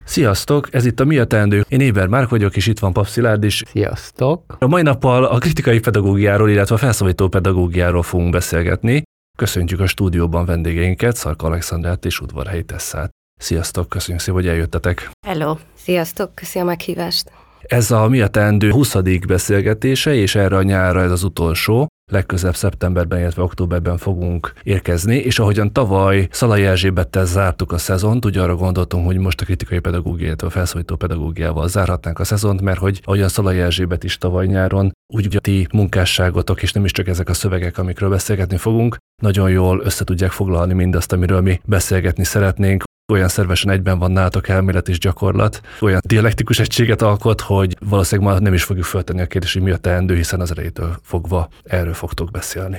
Sziasztok, ez itt a Mi a teendő? Én Éber Márk vagyok, és itt van Pap Szilárd is. Sziasztok! A mai nappal a kritikai pedagógiáról, illetve a felszabadító pedagógiáról fogunk beszélgetni. Köszöntjük a stúdióban vendégeinket, Szarka Alexandrát és Udvarhelyi Tesszát. Sziasztok, köszönjük szépen, hogy eljöttetek. Hello! Sziasztok, köszönöm a meghívást. Ez a Mi a teendő 20. beszélgetése, és erre a nyárra ez az utolsó. Legközelebb szeptemberben, illetve októberben fogunk érkezni, és ahogyan tavaly Szalai Erzsébettel zártuk a szezont, ugye arra gondoltunk, hogy most a kritikai pedagógia, illetve a felszabadító pedagógiával zárhatnánk a szezont, mert hogy ahogyan Szalai Erzsébet is tavaly nyáron, úgy a ti munkásságotok, és nem is csak ezek a szövegek, amikről beszélgetni fogunk, nagyon jól össze tudják foglalni mindazt, amiről mi beszélgetni szeretnénk. Olyan szervesen egyben van nálatok elmélet és gyakorlat, olyan dialektikus egységet alkot, hogy valószínűleg ma nem is fogjuk föltenni a kérdést, hogy mi a teendő, hiszen az elejétől fogva erről fogtok beszélni.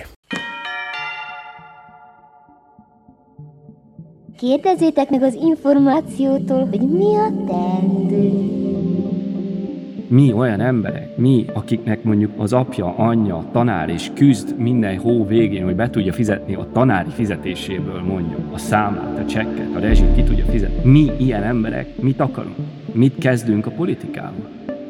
Kérdezzétek meg az információtól, hogy mi a teendő. Mi olyan emberek, mi, akiknek mondjuk az apja, anyja, tanár és küzd minden hó végén, hogy be tudja fizetni a tanári fizetéséből mondjuk a számlát, a csekket, a rezsit ki tudja fizetni. Mi ilyen emberek mit akarunk? Mit kezdünk a politikával?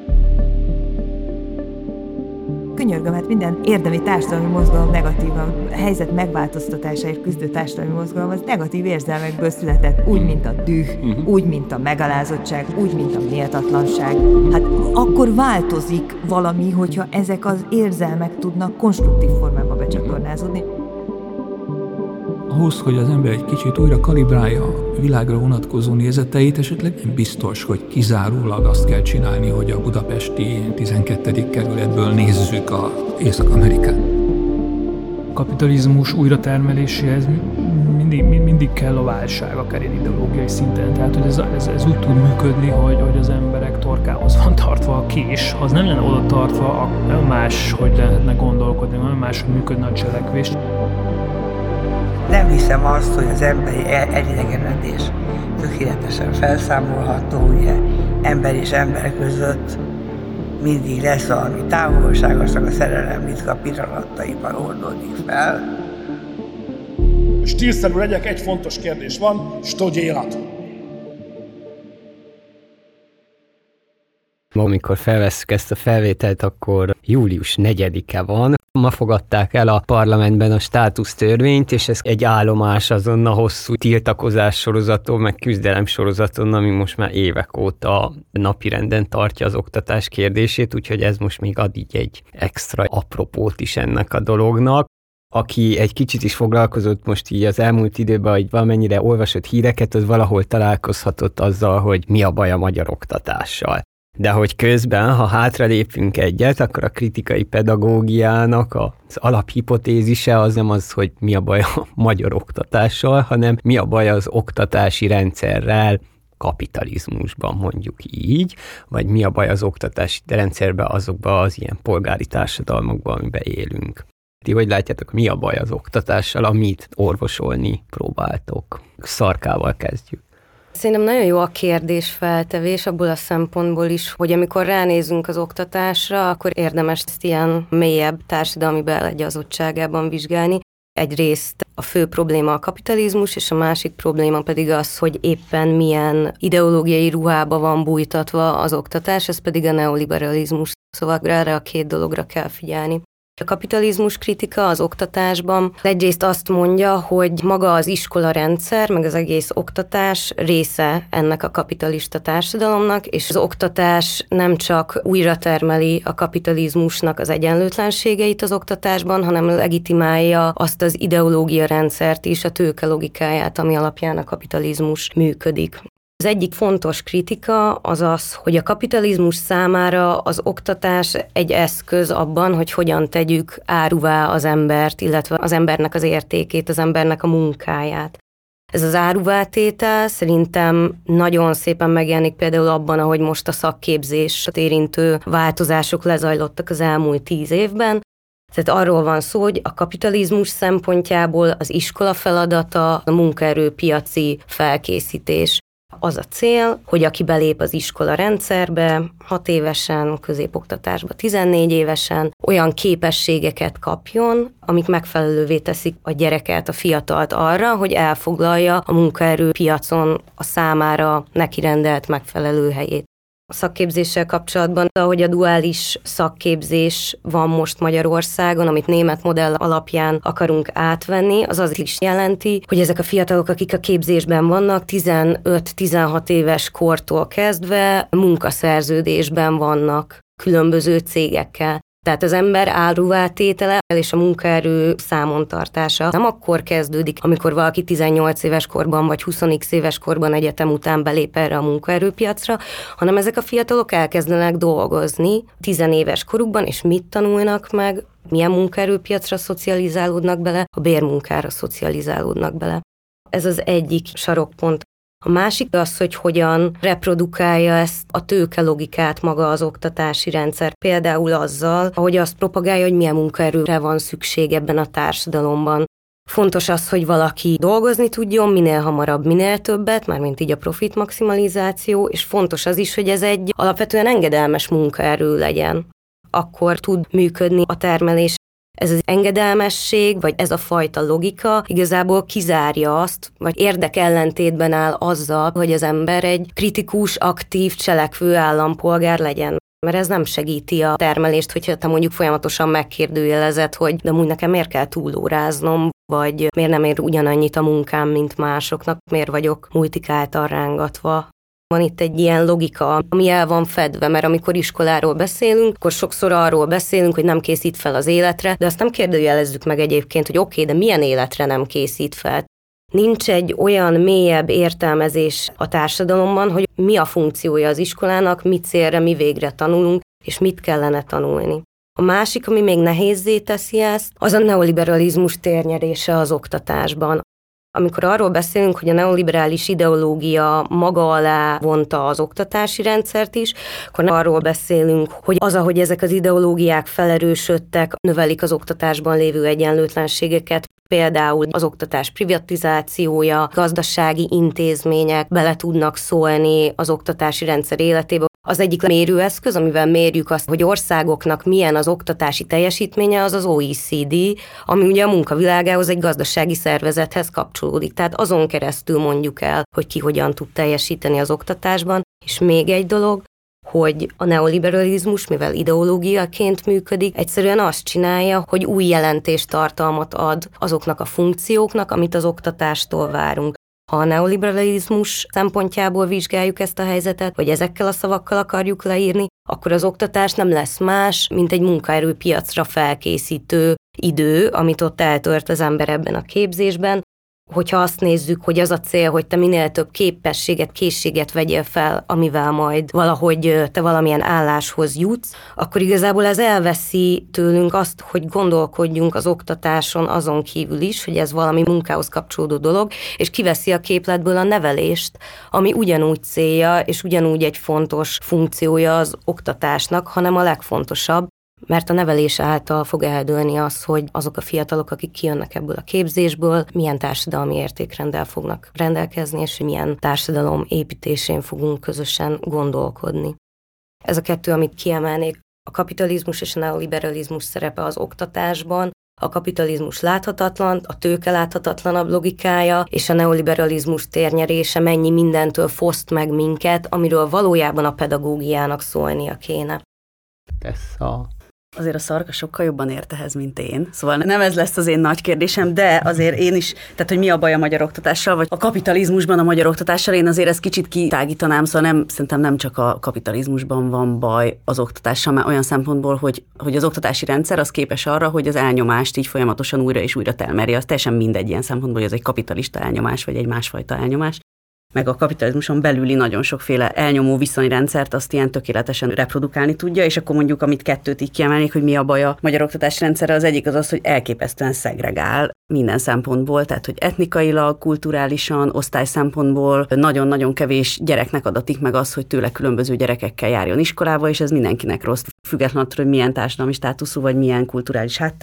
Könyörgöm, hát minden érdemi társadalmi mozgalom negatív, a helyzet megváltoztatásáért küzdő társadalmi mozgalom, az negatív érzelmekből született, úgy, mint a düh, úgy, mint a megalázottság, úgy, mint a méltatlanság. Hát akkor változik valami, hogyha ezek az érzelmek tudnak konstruktív formába becsatornázódni. Ahhoz, hogy az ember egy kicsit újra kalibrálja a világra vonatkozó nézeteit, esetleg nem biztos, hogy kizárólag azt kell csinálni, hogy a budapesti 12. kerületből nézzük az Észak-Amerikát. A kapitalizmus újratermeléséhez mindig kell a válság, akár ilyen ideológiai szinten. Tehát, hogy ez úgy tud működni, hogy az emberek torkához van tartva a kés. Ha az nem lenne oda tartva, olyan más, hogy lehetne gondolkodni, olyan más, hogy működne a cselekvés. Nem hiszem azt, hogy az emberi elidegenedés tökéletesen felszámolható, ugye ember és ember között mindig lesz valami távolságos, a szerelem ritka pillanataiban oldódik fel. Stílszerű legyek, egy fontos kérdés van, što dělat? Amikor felvesszük ezt a felvételt, akkor július 4-e van. Ma fogadták el a parlamentben a státusztörvényt, és ez egy állomás azon a hosszú tiltakozás sorozaton, meg küzdelem sorozaton, ami most már évek óta napirenden tartja az oktatás kérdését, úgyhogy ez most még ad így egy extra apropót is ennek a dolognak. Aki egy kicsit is foglalkozott most így az elmúlt időben, hogy valamennyire olvasott híreket, az valahol találkozhatott azzal, hogy mi a baj a magyar oktatással. De hogy közben, ha hátralépünk egyet, akkor a kritikai pedagógiának az alaphipotézise az nem az, hogy mi a baj a magyar oktatással, hanem mi a baj az oktatási rendszerrel, kapitalizmusban mondjuk így, vagy mi a baj az oktatási rendszerben azokban az ilyen polgári társadalmakban, amiben élünk. Ti hogy látjátok, mi a baj az oktatással, amit orvosolni próbáltok? Szarkával kezdjük. Szerintem nagyon jó a kérdésfeltevés abból a szempontból is, hogy amikor ránézünk az oktatásra, akkor érdemes ezt ilyen mélyebb társadalmi beleegyazottságában vizsgálni. Egyrészt a fő probléma a kapitalizmus, és a másik probléma pedig az, hogy éppen milyen ideológiai ruhába van bújtatva az oktatás, ez pedig a neoliberalizmus. Szóval erre a két dologra kell figyelni. A kapitalizmus kritika az oktatásban egyrészt azt mondja, hogy maga az iskolarendszer, meg az egész oktatás része ennek a kapitalista társadalomnak, és az oktatás nem csak újra termeli a kapitalizmusnak az egyenlőtlenségeit az oktatásban, hanem legitimálja azt az ideológia rendszert is, a tőke logikáját, ami alapján a kapitalizmus működik. Az egyik fontos kritika az az, hogy a kapitalizmus számára az oktatás egy eszköz abban, hogy hogyan tegyük áruvá az embert, illetve az embernek az értékét, az embernek a munkáját. Ez az áruvátétel szerintem nagyon szépen megjelenik például abban, ahogy most a szakképzés érintő változások lezajlottak az elmúlt 10 évben. Tehát arról van szó, hogy a kapitalizmus szempontjából az iskola feladata a munkaerőpiaci felkészítés. Az a cél, hogy aki belép az iskola rendszerbe 6 évesen, középoktatásba 14 évesen, olyan képességeket kapjon, amik megfelelővé teszik a gyereket, a fiatalt arra, hogy elfoglalja a munkaerőpiacon a számára neki rendelt megfelelő helyét. A szakképzéssel kapcsolatban, ahogy a duális szakképzés van most Magyarországon, amit német modell alapján akarunk átvenni, az is jelenti, hogy ezek a fiatalok, akik a képzésben vannak, 15-16 éves kortól kezdve munkaszerződésben vannak különböző cégekkel. Tehát az ember áruvá tétele és a munkaerő számon tartása nem akkor kezdődik, amikor valaki 18 éves korban vagy 20x éves korban egyetem után belép erre a munkaerőpiacra, hanem ezek a fiatalok elkezdenek dolgozni 10 éves korukban, és mit tanulnak meg, milyen munkaerőpiacra szocializálódnak bele, a bérmunkára szocializálódnak bele. Ez az egyik sarokpont. A másik az, hogy hogyan reprodukálja ezt a tőke logikát maga az oktatási rendszer. Például azzal, ahogy azt propagálja, hogy milyen munkaerőre van szükség ebben a társadalomban. Fontos az, hogy valaki dolgozni tudjon, minél hamarabb, minél többet, mármint így a profit maximalizáció, és fontos az is, hogy ez egy alapvetően engedelmes munkaerő legyen. Akkor tud működni a termelés. Ez az engedelmesség, vagy ez a fajta logika igazából kizárja azt, vagy érdekellentétben áll azzal, hogy az ember egy kritikus, aktív, cselekvő állampolgár legyen. Mert ez nem segíti a termelést, hogyha te mondjuk folyamatosan megkérdőjelezed, hogy de úgy nekem miért kell túlóráznom, vagy miért nem ér ugyanannyit a munkám, mint másoknak, miért vagyok multik által rángatva. Van itt egy ilyen logika, ami el van fedve, mert amikor iskoláról beszélünk, akkor sokszor arról beszélünk, hogy nem készít fel az életre, de azt nem kérdőjelezzük meg egyébként, hogy oké, de milyen életre nem készít fel. Nincs egy olyan mélyebb értelmezés a társadalomban, hogy mi a funkciója az iskolának, mi célra, mi végre tanulunk, és mit kellene tanulni. A másik, ami még nehézzé teszi ezt, az a neoliberalizmus térnyerése az oktatásban. Amikor arról beszélünk, hogy a neoliberális ideológia maga alá vonta az oktatási rendszert is, akkor arról beszélünk, hogy az, ahogy ezek az ideológiák felerősödtek, növelik az oktatásban lévő egyenlőtlenségeket, például az oktatás privatizációja, gazdasági intézmények bele tudnak szólni az oktatási rendszer életébe. Az egyik mérőeszköz, amivel mérjük azt, hogy országoknak milyen az oktatási teljesítménye, az az OECD, ami ugye a munkavilágához egy gazdasági szervezethez kapcsolódik. Tehát azon keresztül mondjuk el, hogy ki hogyan tud teljesíteni az oktatásban. És még egy dolog, hogy a neoliberalizmus, mivel ideológiaként működik, egyszerűen azt csinálja, hogy új jelentéstartalmat ad azoknak a funkcióknak, amit az oktatástól várunk. Ha a neoliberalizmus szempontjából vizsgáljuk ezt a helyzetet, vagy ezekkel a szavakkal akarjuk leírni, akkor az oktatás nem lesz más, mint egy munkaerőpiacra felkészítő idő, amit ott eltört az ember ebben a képzésben. Hogyha azt nézzük, hogy az a cél, hogy te minél több képességet, készséget vegyél fel, amivel majd valahogy te valamilyen álláshoz jutsz, akkor igazából ez elveszi tőlünk azt, hogy gondolkodjunk az oktatáson azon kívül is, hogy ez valami munkához kapcsolódó dolog, és kiveszi a képletből a nevelést, ami ugyanúgy célja, és ugyanúgy egy fontos funkciója az oktatásnak, hanem a legfontosabb, mert a nevelés által fog eldőlni az, hogy azok a fiatalok, akik kijönnek ebből a képzésből, milyen társadalmi értékrenddel fognak rendelkezni, és hogy milyen társadalom építésén fogunk közösen gondolkodni. Ez a kettő, amit kiemelnék, a kapitalizmus és a neoliberalizmus szerepe az oktatásban. A kapitalizmus láthatatlan, a tőke láthatatlanabb logikája, és a neoliberalizmus térnyerése mennyi mindentől foszt meg minket, amiről valójában a pedagógiának szólnia kéne. Azért a Szarka sokkal jobban ért ehhez, mint én. Szóval nem ez lesz az én nagy kérdésem, de azért én is, tehát hogy mi a baj a magyar oktatással, vagy a kapitalizmusban a magyar oktatással, én azért ezt kicsit kitágítanám, szóval szerintem nem csak a kapitalizmusban van baj az oktatással, mert olyan szempontból, hogy az oktatási rendszer az képes arra, hogy az elnyomást így folyamatosan újra és újra termeli. Az teljesen mindegy ilyen szempontból, hogy ez egy kapitalista elnyomás, vagy egy másfajta elnyomás. Meg a kapitalizmuson belüli nagyon sokféle elnyomó viszonyrendszert azt ilyen tökéletesen reprodukálni tudja, és akkor mondjuk, amit kettőt így kiemelnék, hogy mi a baj a magyar oktatási rendszerre, az egyik az, hogy elképesztően szegregál minden szempontból, tehát hogy etnikailag, kulturálisan, osztály szempontból nagyon-nagyon kevés gyereknek adatik meg az, hogy tőle különböző gyerekekkel járjon iskolába, és ez mindenkinek rossz, függetlenül attól, hogy milyen társadalmi státuszú vagy milyen kulturális hátterű.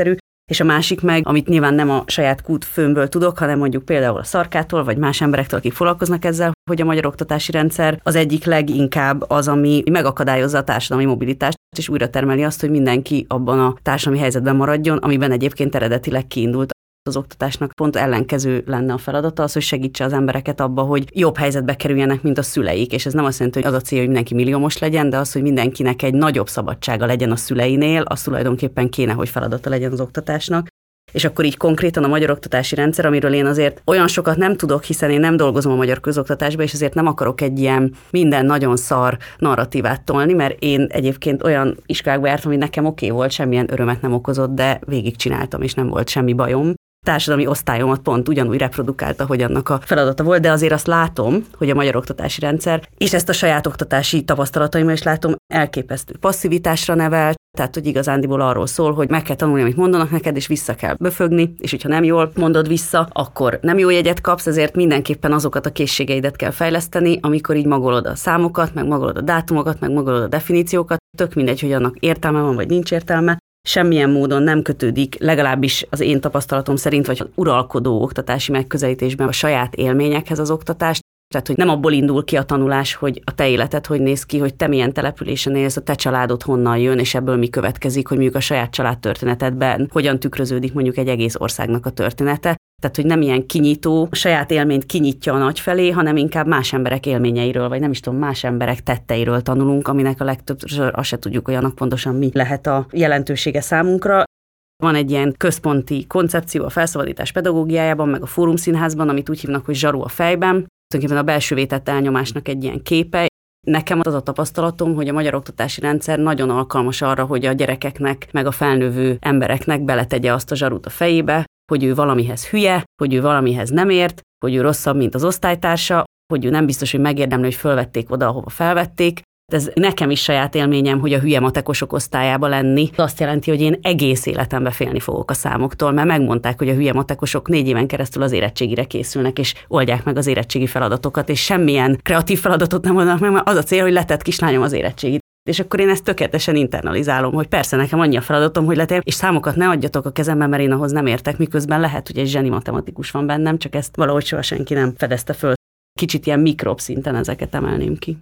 és a másik meg, amit nyilván nem a saját kútfőmből tudok, hanem mondjuk például a Szarkától, vagy más emberektől, akik foglalkoznak ezzel, hogy a magyar oktatási rendszer az egyik leginkább az, ami megakadályozza a társadalmi mobilitást, és újra termeli azt, hogy mindenki abban a társadalmi helyzetben maradjon, amiben egyébként eredetileg kiindult. Az oktatásnak pont ellenkező lenne a feladata, az, hogy segítse az embereket abba, hogy jobb helyzetbe kerüljenek, mint a szüleik. És ez nem azt jelenti, hogy az a cél, hogy mindenki milliómos legyen, de az, hogy mindenkinek egy nagyobb szabadsága legyen a szüleinél, az tulajdonképpen kéne, hogy feladata legyen az oktatásnak. És akkor így konkrétan a magyar oktatási rendszer, amiről én azért olyan sokat nem tudok, hiszen én nem dolgozom a magyar közoktatásban, és ezért nem akarok egy ilyen minden nagyon szar narratívát tolni, mert én egyébként olyan iskolákba jártam, hogy nekem oké volt, semmilyen örömet nem okozott, de végigcsináltam, és nem volt semmi bajom. Társadalmi osztályomat pont ugyanúgy reprodukálta, hogy annak a feladata volt, de azért azt látom, hogy a magyar oktatási rendszer, és ezt a saját oktatási tapasztalataimmal is látom, elképesztő passzivitásra nevel, tehát hogy igazándiból arról szól, hogy meg kell tanulni, amit mondanak neked, és vissza kell böfögni, és hogyha nem jól mondod vissza, akkor nem jó jegyet kapsz, ezért mindenképpen azokat a készségeidet kell fejleszteni, amikor így magolod a számokat, meg magolod a dátumokat, meg magolod a definíciókat, tök mindegy, hogy annak értelme van, vagy nincs értelme. Semmilyen módon nem kötődik, legalábbis az én tapasztalatom szerint, vagy az uralkodó oktatási megközelítésben a saját élményekhez az oktatás. Tehát, hogy nem abból indul ki a tanulás, hogy a te életed hogy néz ki, hogy te milyen településen élsz, a te családod honnan jön, és ebből mi következik, hogy mondjuk a saját családtörténetedben hogyan tükröződik mondjuk egy egész országnak a története. Tehát, hogy nem ilyen kinyitó, a saját élményt kinyitja a nagy felé, hanem inkább más emberek élményeiről, vagy nem is tudom, más emberek tetteiről tanulunk, aminek a legtöbbször azt se tudjuk olyanak pontosan mi lehet a jelentősége számunkra. Van egy ilyen központi koncepció a felszabadítás pedagógiájában, meg a Fórum Színházban, amit úgy hívnak, hogy zsaru a fejben. Tulajdonképpen a belső vétett elnyomásnak egy ilyen képe. Nekem az a tapasztalatom, hogy a magyar oktatási rendszer nagyon alkalmas arra, hogy a gyerekeknek, meg a felnővő embereknek beletegye azt a zsarut a fejébe, hogy ő valamihez hülye, hogy ő valamihez nem ért, hogy ő rosszabb, mint az osztálytársa, hogy ő nem biztos, hogy megérdemli, hogy fölvették oda, ahova felvették. Ez nekem is saját élményem, hogy a hülye matekosok osztályába lenni. Azt jelenti, hogy én egész életemben félni fogok a számoktól, mert megmondták, hogy a hülye matekosok 4 éven keresztül az érettségire készülnek, és oldják meg az érettségi feladatokat, és semmilyen kreatív feladatot nem oldanak meg, mert az a cél, hogy letett kislányom az érettségit. És akkor én ezt tökéletesen internalizálom, hogy persze nekem annyi a feladatom, hogy letegyem, és számokat ne adjatok a kezemben, mert én ahhoz nem értek, miközben lehet, hogy egy zseni matematikus van bennem, csak ezt valahogy soha senki nem fedezte föl. Kicsit ilyen mikrob szinten ezeket emelném ki.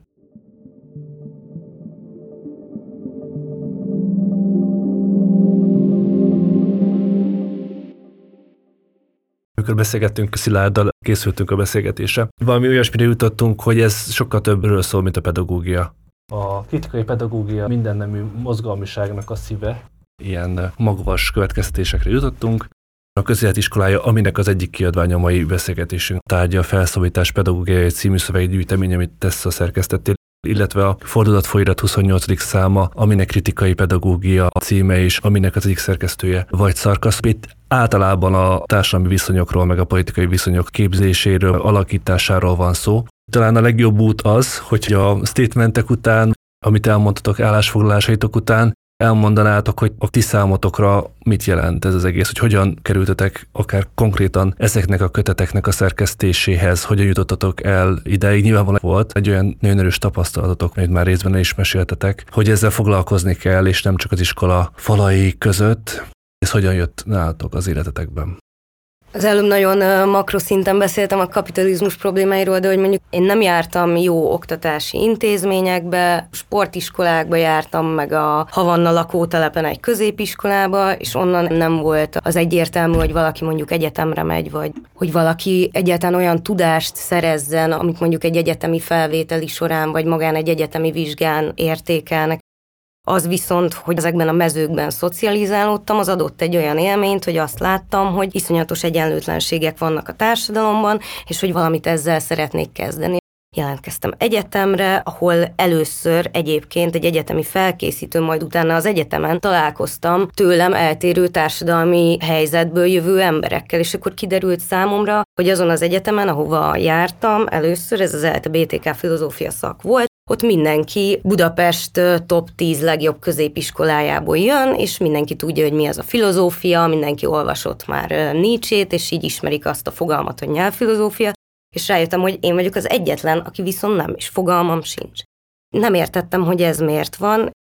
Amikor beszélgettünk Szilárddal, készültünk a beszélgetésre, valami olyasmire jutottunk, hogy ez sokkal többről szól, mint a pedagógia. A kritikai pedagógia mindennemű mozgalmiságnak a szíve. Ilyen magvas következtetésekre jutottunk. A Közéleti Iskolája, aminek az egyik kiadványa a mai beszélgetésünk tárgya, a Felszabadítás pedagógiai című szöveggyűjtemény, amit Tessa szerkesztettél, illetve a Fordulatfolyirat 28. száma, aminek kritikai pedagógia a címe is, aminek az egyik szerkesztője vagy Szarkasz. Itt általában a társadalmi viszonyokról, meg a politikai viszonyok képzéséről, alakításáról van szó. Talán a legjobb út az, hogy a statementek után, amit elmondtatok állásfoglalásaitok után, elmondanátok, hogy a ti számotokra mit jelent ez az egész, hogy hogyan kerültetek akár konkrétan ezeknek a köteteknek a szerkesztéséhez, hogyan jutottatok el ideig. Nyilvánvalóan volt egy olyan nagyon erős tapasztalatotok, amit már részben el is meséltetek, hogy ezzel foglalkozni kell, és nem csak az iskola falai között. Ez hogyan jött nálatok az életetekben? Az előbb nagyon makroszinten beszéltem a kapitalizmus problémáiról, de hogy mondjuk én nem jártam jó oktatási intézményekbe, sportiskolákba jártam, meg a Havanna lakótelepen egy középiskolába, és onnan nem volt az egyértelmű, hogy valaki mondjuk egyetemre megy, vagy hogy valaki egyáltalán olyan tudást szerezzen, amit mondjuk egy egyetemi felvételi során, vagy magán egy egyetemi vizsgán értékelnek. Az viszont, hogy ezekben a mezőkben szocializálódtam, az adott egy olyan élményt, hogy azt láttam, hogy iszonyatos egyenlőtlenségek vannak a társadalomban, és hogy valamit ezzel szeretnék kezdeni. Jelentkeztem egyetemre, ahol először egyébként egy egyetemi felkészítő, majd utána az egyetemen találkoztam tőlem eltérő társadalmi helyzetből jövő emberekkel, és akkor kiderült számomra, hogy azon az egyetemen, ahova jártam először, ez az ELTE BTK filozófia szak volt, ott mindenki Budapest top 10 legjobb középiskolájából jön, és mindenki tudja, hogy mi az a filozófia, mindenki olvasott már Nietzsét, és így ismerik azt a fogalmat, hogy nyelvfilozófia, és rájöttem, hogy én vagyok az egyetlen, aki viszont nem, és fogalmam sincs. Nem értettem, hogy ez miért van.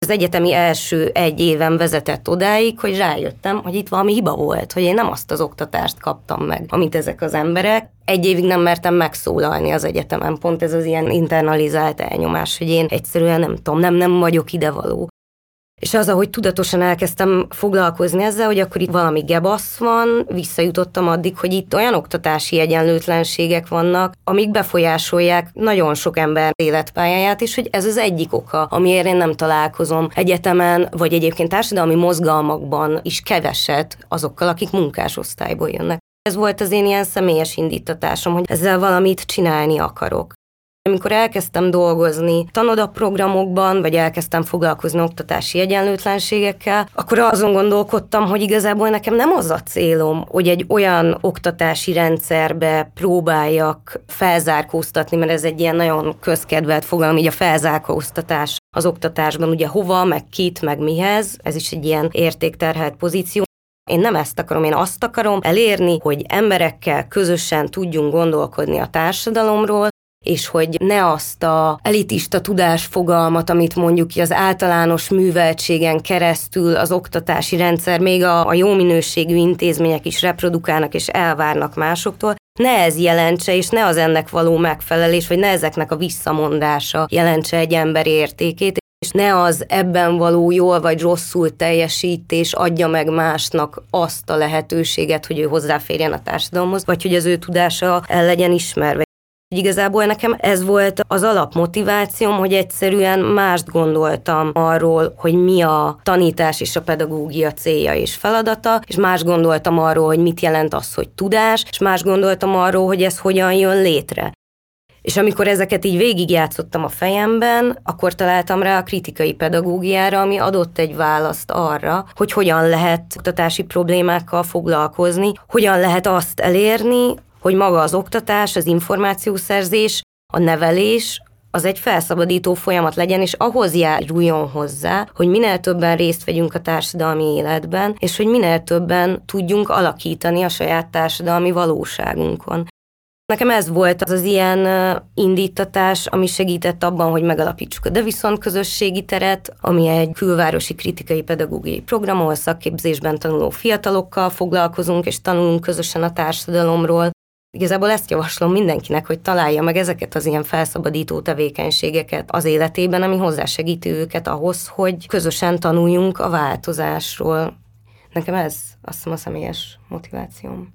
Az egyetemi első 1 éven vezetett odáig, hogy rájöttem, hogy itt valami hiba volt, hogy én nem azt az oktatást kaptam meg, amit ezek az emberek. 1 évig nem mertem megszólalni az egyetemen, pont ez az ilyen internalizált elnyomás, hogy én egyszerűen nem tudom, nem vagyok idevaló. És az, ahogy tudatosan elkezdtem foglalkozni ezzel, hogy akkor itt valami gebasz van, visszajutottam addig, hogy itt olyan oktatási egyenlőtlenségek vannak, amik befolyásolják nagyon sok ember életpályáját is, hogy ez az egyik oka, amiért én nem találkozom egyetemen, vagy egyébként társadalmi mozgalmakban is keveset azokkal, akik munkásosztályból jönnek. Ez volt az én ilyen személyes indítatásom, hogy ezzel valamit csinálni akarok. Amikor elkezdtem dolgozni tanodaprogramokban, vagy elkezdtem foglalkozni oktatási egyenlőtlenségekkel, akkor azon gondolkodtam, hogy igazából nekem nem az a célom, hogy egy olyan oktatási rendszerbe próbáljak felzárkóztatni, mert ez egy ilyen nagyon közkedvelt fogalom, így a felzárkóztatás az oktatásban, ugye hova, meg kit, meg mihez, ez is egy ilyen értékterhelt pozíció. Én nem ezt akarom, én azt akarom elérni, hogy emberekkel közösen tudjunk gondolkodni a társadalomról, és hogy ne azt a elitista tudásfogalmat, amit mondjuk az általános műveltségen keresztül az oktatási rendszer, még a jó minőségű intézmények is reprodukálnak és elvárnak másoktól, ne ez jelentse, és ne az ennek való megfelelés, vagy ne ezeknek a visszamondása jelentse egy ember értékét, és ne az ebben való jól vagy rosszul teljesítés adja meg másnak azt a lehetőséget, hogy ő hozzáférjen a társadalomhoz, vagy hogy az ő tudása el legyen ismerve. Igazából nekem ez volt az alapmotivációm, hogy egyszerűen mást gondoltam arról, hogy mi a tanítás és a pedagógia célja és feladata, és más gondoltam arról, hogy mit jelent az, hogy tudás, és más gondoltam arról, hogy ez hogyan jön létre. És amikor ezeket így végigjátszottam a fejemben, akkor találtam rá a kritikai pedagógiára, ami adott egy választ arra, hogy hogyan lehet oktatási problémákkal foglalkozni, hogyan lehet azt elérni, hogy maga az oktatás, az információszerzés, a nevelés, az egy felszabadító folyamat legyen, és ahhoz járuljon hozzá, hogy minél többen részt vegyünk a társadalmi életben, és hogy minél többen tudjunk alakítani a saját társadalmi valóságunkon. Nekem ez volt az ilyen indítatás, ami segített abban, hogy megalapítsuk a De Viszont közösségi teret, ami egy külvárosi kritikai pedagógiai program, ahol szakképzésben tanuló fiatalokkal foglalkozunk, és tanulunk közösen a társadalomról. Igazából ezt javaslom mindenkinek, hogy találja meg ezeket az ilyen felszabadító tevékenységeket az életében, ami hozzásegíti őket ahhoz, hogy közösen tanuljunk a változásról. Nekem ez azt hiszem a személyes motivációm.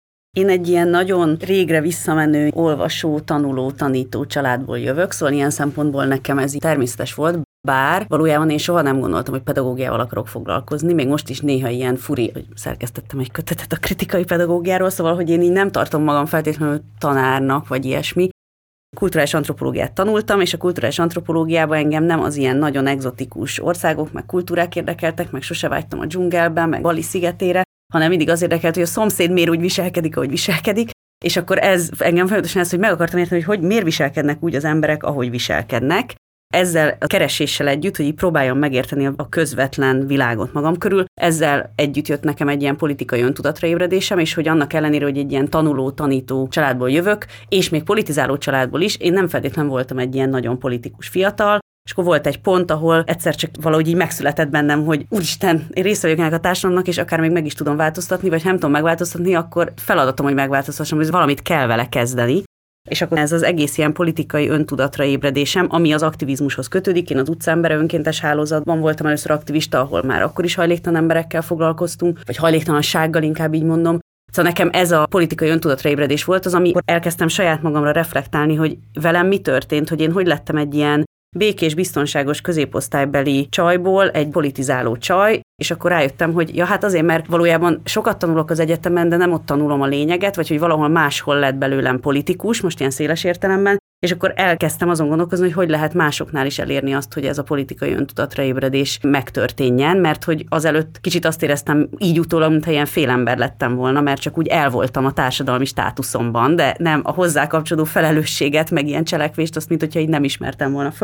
Én egy ilyen nagyon régre visszamenő olvasó, tanuló, tanító családból jövök, szóval ilyen szempontból nekem ez természetes volt, bár valójában én soha nem gondoltam, hogy pedagógiával akarok foglalkozni, még most is néha ilyen furi, hogy szerkesztettem egy kötetet a kritikai pedagógiáról, szóval, hogy én így nem tartom magam feltétlenül tanárnak, vagy ilyesmi. Kulturális antropológiát tanultam, és a kulturális antropológiában engem nem az ilyen nagyon egzotikus országok, meg kultúrák érdekeltek, meg sose vágytam a dzsungelben, meg Bali szigetére, hanem mindig az érdekelt, hogy a szomszéd miért úgy viselkedik, ahogy viselkedik, és akkor ez engem folyamatosan ez, hogy meg akartam érteni, hogy miért viselkednek úgy az emberek, ahogy viselkednek. Ezzel a kereséssel együtt, hogy így próbáljam megérteni a közvetlen világot magam körül, ezzel együtt jött nekem egy ilyen politikai öntudatra ébredésem, és hogy annak ellenére, hogy egy ilyen tanuló, tanító családból jövök, és még politizáló családból is, én nem feltétlenül voltam egy ilyen nagyon politikus fiatal, és akkor volt egy pont, ahol egyszer csak valahogy így megszületett bennem, hogy úristen, én részt vagyok ennek a társadalomnak, és akár még meg is tudom változtatni, vagy nem tudom megváltoztatni, akkor feladatom, hogy megváltoztassam, hogy valamit kell vele kezdeni. És akkor ez az egész ilyen politikai öntudatra ébredésem, ami az aktivizmushoz kötődik. Én az utcaembere önkéntes hálózatban voltam először aktivista, ahol már akkor is hajléktalan emberekkel foglalkoztunk, vagy hajléktalansággal, inkább így mondom. Szóval nekem ez a politikai öntudatra ébredés volt az, amikor elkezdtem saját magamra reflektálni, hogy velem mi történt, hogy én hogy lettem egy ilyen békés, biztonságos középosztálybeli csajból egy politizáló csaj, és akkor rájöttem, hogy ja, hát azért, mert valójában sokat tanulok az egyetemen, de nem ott tanulom a lényeget, vagy hogy valahol máshol lett belőlem politikus, most ilyen széles értelemben, és akkor elkezdtem azon gondolkozni, hogy lehet másoknál is elérni azt, hogy ez a politikai öntudatra ébredés megtörténjen, mert hogy azelőtt kicsit azt éreztem így utólag, mintha ilyen félember lettem volna, mert csak úgy el voltam a társadalmi státuszomban, de nem a hozzá kapcsolódó felelősséget, meg ilyen cselekvést, azt mint hogyha így nem ismertem volna föl.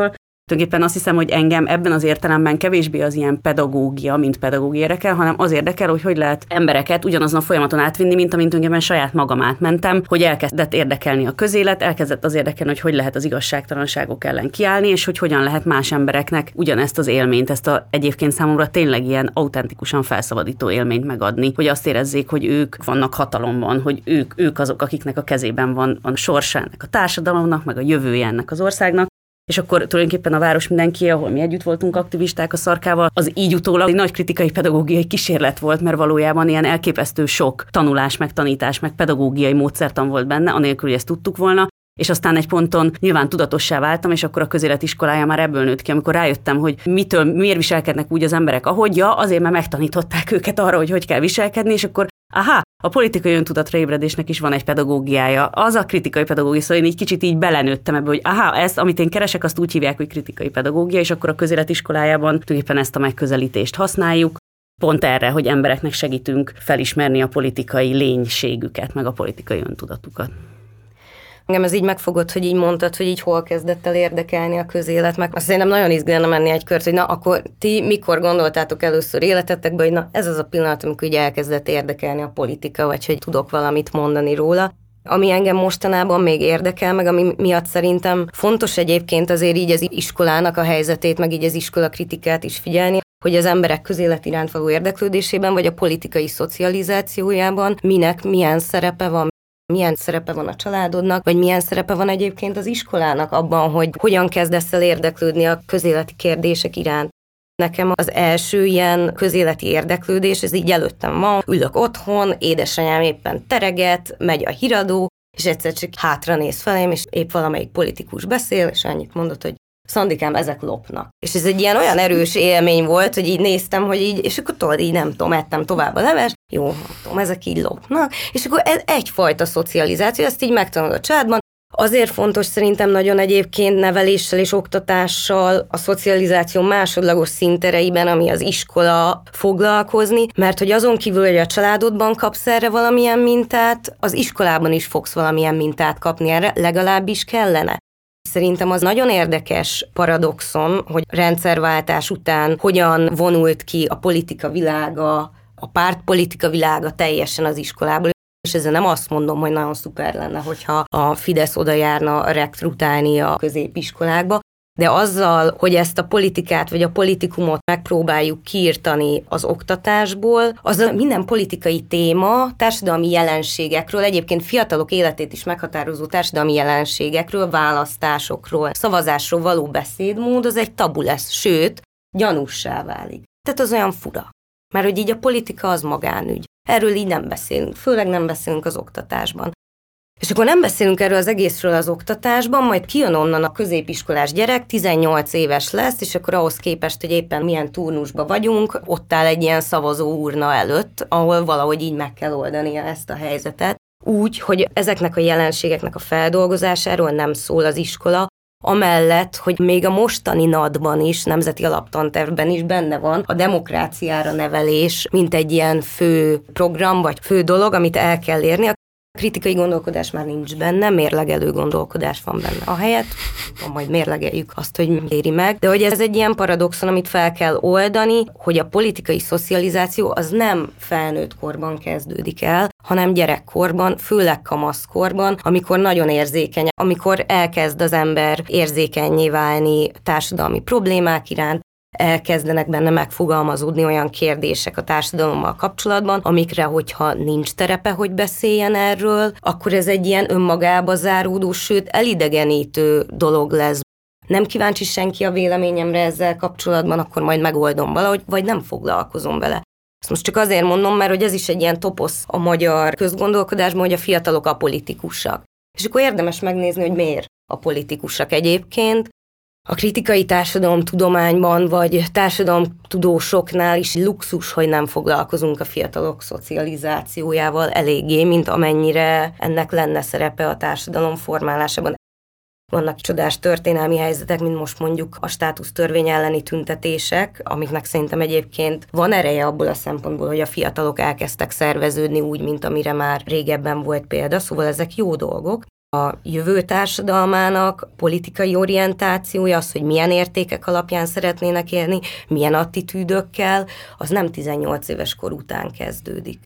Tulajdonképpen azt hiszem, hogy engem ebben az értelemben kevésbé az ilyen pedagógia, mint pedagógia érdekel, hanem az érdekel, hogy lehet embereket ugyanazon a folyamaton átvinni, mint amint tulajdonképpen saját magam átmentem, hogy elkezdett érdekelni a közélet, elkezdett az érdekelni, hogy lehet az igazságtalanságok ellen kiállni, és hogy hogyan lehet más embereknek ugyanezt az élményt, ezt a egyébként számomra tényleg ilyen autentikusan felszabadító élményt megadni, hogy azt érezzék, hogy ők vannak hatalomban, hogy ők azok, akiknek a kezében van a sorsa ennek a társadalomnak, meg a jövője ennek az országnak. És akkor tulajdonképpen a város mindenki, ahol mi együtt voltunk aktivisták a Szarkával, az így utólag egy nagy kritikai pedagógiai kísérlet volt, mert valójában ilyen elképesztő sok tanulás, meg tanítás, meg pedagógiai módszertan volt benne, anélkül, hogy ezt tudtuk volna. És aztán egy ponton nyilván tudatossá váltam, és akkor a közélet iskolája már ebből nőtt ki, amikor rájöttem, hogy miért viselkednek úgy az emberek, ahogy, azért már megtanították őket arra, hogy kell viselkedni, és akkor a politikai öntudatra ébredésnek is van egy pedagógiája. Az a kritikai pedagógia, szóval én így kicsit így belenőttem ebbe, hogy ezt, amit én keresek, azt úgy hívják, hogy kritikai pedagógia, és akkor a közélet iskolájában tulajdonképpen ezt a megközelítést használjuk, pont erre, hogy embereknek segítünk felismerni a politikai lénységüket, meg a politikai öntudatukat. Engem ez így megfogott, hogy így mondtad, hogy így hol kezdett el érdekelni a közélet, meg azt szerintem nagyon izgalna menni egy kört, hogy na, akkor ti mikor gondoltátok először életetekbe, hogy na, ez az a pillanat, amikor így elkezdett érdekelni a politika, vagy hogy tudok valamit mondani róla. Ami engem mostanában még érdekel, meg ami miatt szerintem fontos egyébként azért így az iskolának a helyzetét, meg így az iskola kritikát is figyelni, hogy az emberek közélet iránt való érdeklődésében, vagy a politikai szocializációjában minek milyen szerepe van, milyen szerepe van a családodnak, vagy milyen szerepe van egyébként az iskolának abban, hogy hogyan kezdesz el érdeklődni a közéleti kérdések iránt. Nekem az első ilyen közéleti érdeklődés, ez így előttem van, ülök otthon, édesanyám éppen tereget, megy a híradó, és egyszer csak hátra néz felém, és épp valamelyik politikus beszél, és annyit mondott, hogy Szandikám, ezek lopnak. És ez egy ilyen olyan erős élmény volt, hogy így néztem, hogy így, és akkor tudod, így nem tudom, ettem tovább a leves, jó, nem tudom, ezek így lopnak, és akkor ez egyfajta szocializáció, ezt így megtanulod a családban. Azért fontos szerintem nagyon egyébként neveléssel és oktatással a szocializáció másodlagos szintereiben, ami az iskola foglalkozni, mert hogy azon kívül, hogy a családodban kapsz erre valamilyen mintát, az iskolában is fogsz valamilyen mintát kapni erre, legalábbis kellene. Szerintem az nagyon érdekes paradoxon, hogy rendszerváltás után hogyan vonult ki a politika világa, a pártpolitika világa teljesen az iskolából, és ezzel nem azt mondom, hogy nagyon szuper lenne, hogyha a Fidesz oda járna rekrutálni a középiskolákba, de azzal, hogy ezt a politikát vagy a politikumot megpróbáljuk kiirtani az oktatásból, az minden politikai téma, társadalmi jelenségekről, egyébként fiatalok életét is meghatározó társadalmi jelenségekről, választásokról, szavazásról való beszédmód, az egy tabu lesz, sőt, gyanússá válik. Tehát az olyan fura. Mert hogy így a politika az magánügy. Erről így nem beszélünk, főleg nem beszélünk az oktatásban. És akkor nem beszélünk erről az egészről az oktatásban, majd kijön onnan a középiskolás gyerek, 18 éves lesz, és akkor ahhoz képest, hogy éppen milyen turnusban vagyunk, ott áll egy ilyen szavazó urna előtt, ahol valahogy így meg kell oldania ezt a helyzetet. Úgy, hogy ezeknek a jelenségeknek a feldolgozásáról nem szól az iskola, amellett, hogy még a mostani NAD-ban is, nemzeti alaptantervben is benne van a demokráciára nevelés, mint egy ilyen fő program, vagy fő dolog, amit el kell érni. A kritikai gondolkodás már nincs benne, mérlegelő gondolkodás van benne. Ahelyett, majd mérlegeljük azt, hogy éri meg, de hogy ez egy ilyen paradoxon, amit fel kell oldani, hogy a politikai szocializáció az nem felnőtt korban kezdődik el, hanem gyerekkorban, főleg kamaszkorban, amikor nagyon érzékeny, amikor elkezd az ember érzékennyé válni társadalmi problémák iránt, elkezdenek benne megfogalmazódni olyan kérdések a társadalommal kapcsolatban, amikre, hogyha nincs terepe, hogy beszéljen erről, akkor ez egy ilyen önmagába záródó, sőt elidegenítő dolog lesz. Nem kíváncsi senki a véleményemre ezzel kapcsolatban, akkor majd megoldom valahogy, vagy nem foglalkozom vele. Ezt most csak azért mondom, mert hogy ez is egy ilyen toposz a magyar közgondolkodásban, hogy a fiatalok apolitikusak. És akkor érdemes megnézni, hogy miért apolitikusak egyébként. A kritikai társadalomtudományban vagy társadalomtudósoknál is luxus, hogy nem foglalkozunk a fiatalok szocializációjával eléggé, mint amennyire ennek lenne szerepe a társadalom formálásában. Vannak csodás történelmi helyzetek, mint most mondjuk a státusztörvény elleni tüntetések, amiknek szerintem egyébként van ereje abból a szempontból, hogy a fiatalok elkezdtek szerveződni úgy, mint amire már régebben volt példa, szóval ezek jó dolgok. a jövő társadalmának politikai orientációja, az, hogy milyen értékek alapján szeretnének élni, milyen attitűdökkel, az nem 18 éves kor után kezdődik.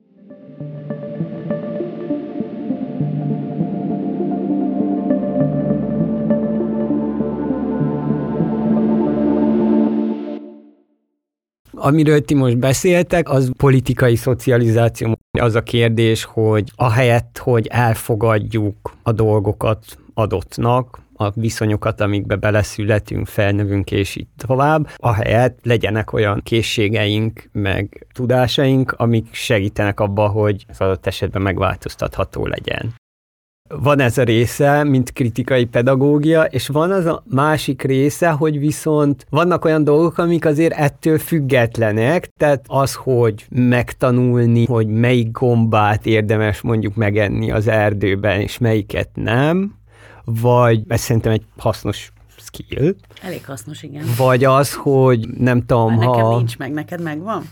Amiről ti most beszéltek, az politikai szocializáció. Az a kérdés, hogy ahelyett, hogy elfogadjuk a dolgokat adottnak, a viszonyokat, amikbe beleszületünk, felnövünk és így tovább, ahelyett legyenek olyan készségeink, meg tudásaink, amik segítenek abba, hogy az adott esetben megváltoztatható legyen. Van ez a része, mint kritikai pedagógia, és van az a másik része, hogy viszont vannak olyan dolgok, amik azért ettől függetlenek, tehát az, hogy megtanulni, hogy melyik gombát érdemes mondjuk megenni az erdőben, és melyiket nem, vagy ez szerintem egy hasznos skill. Elég hasznos, igen. Vagy az, hogy nem tudom, nekem nincs meg, neked megvan?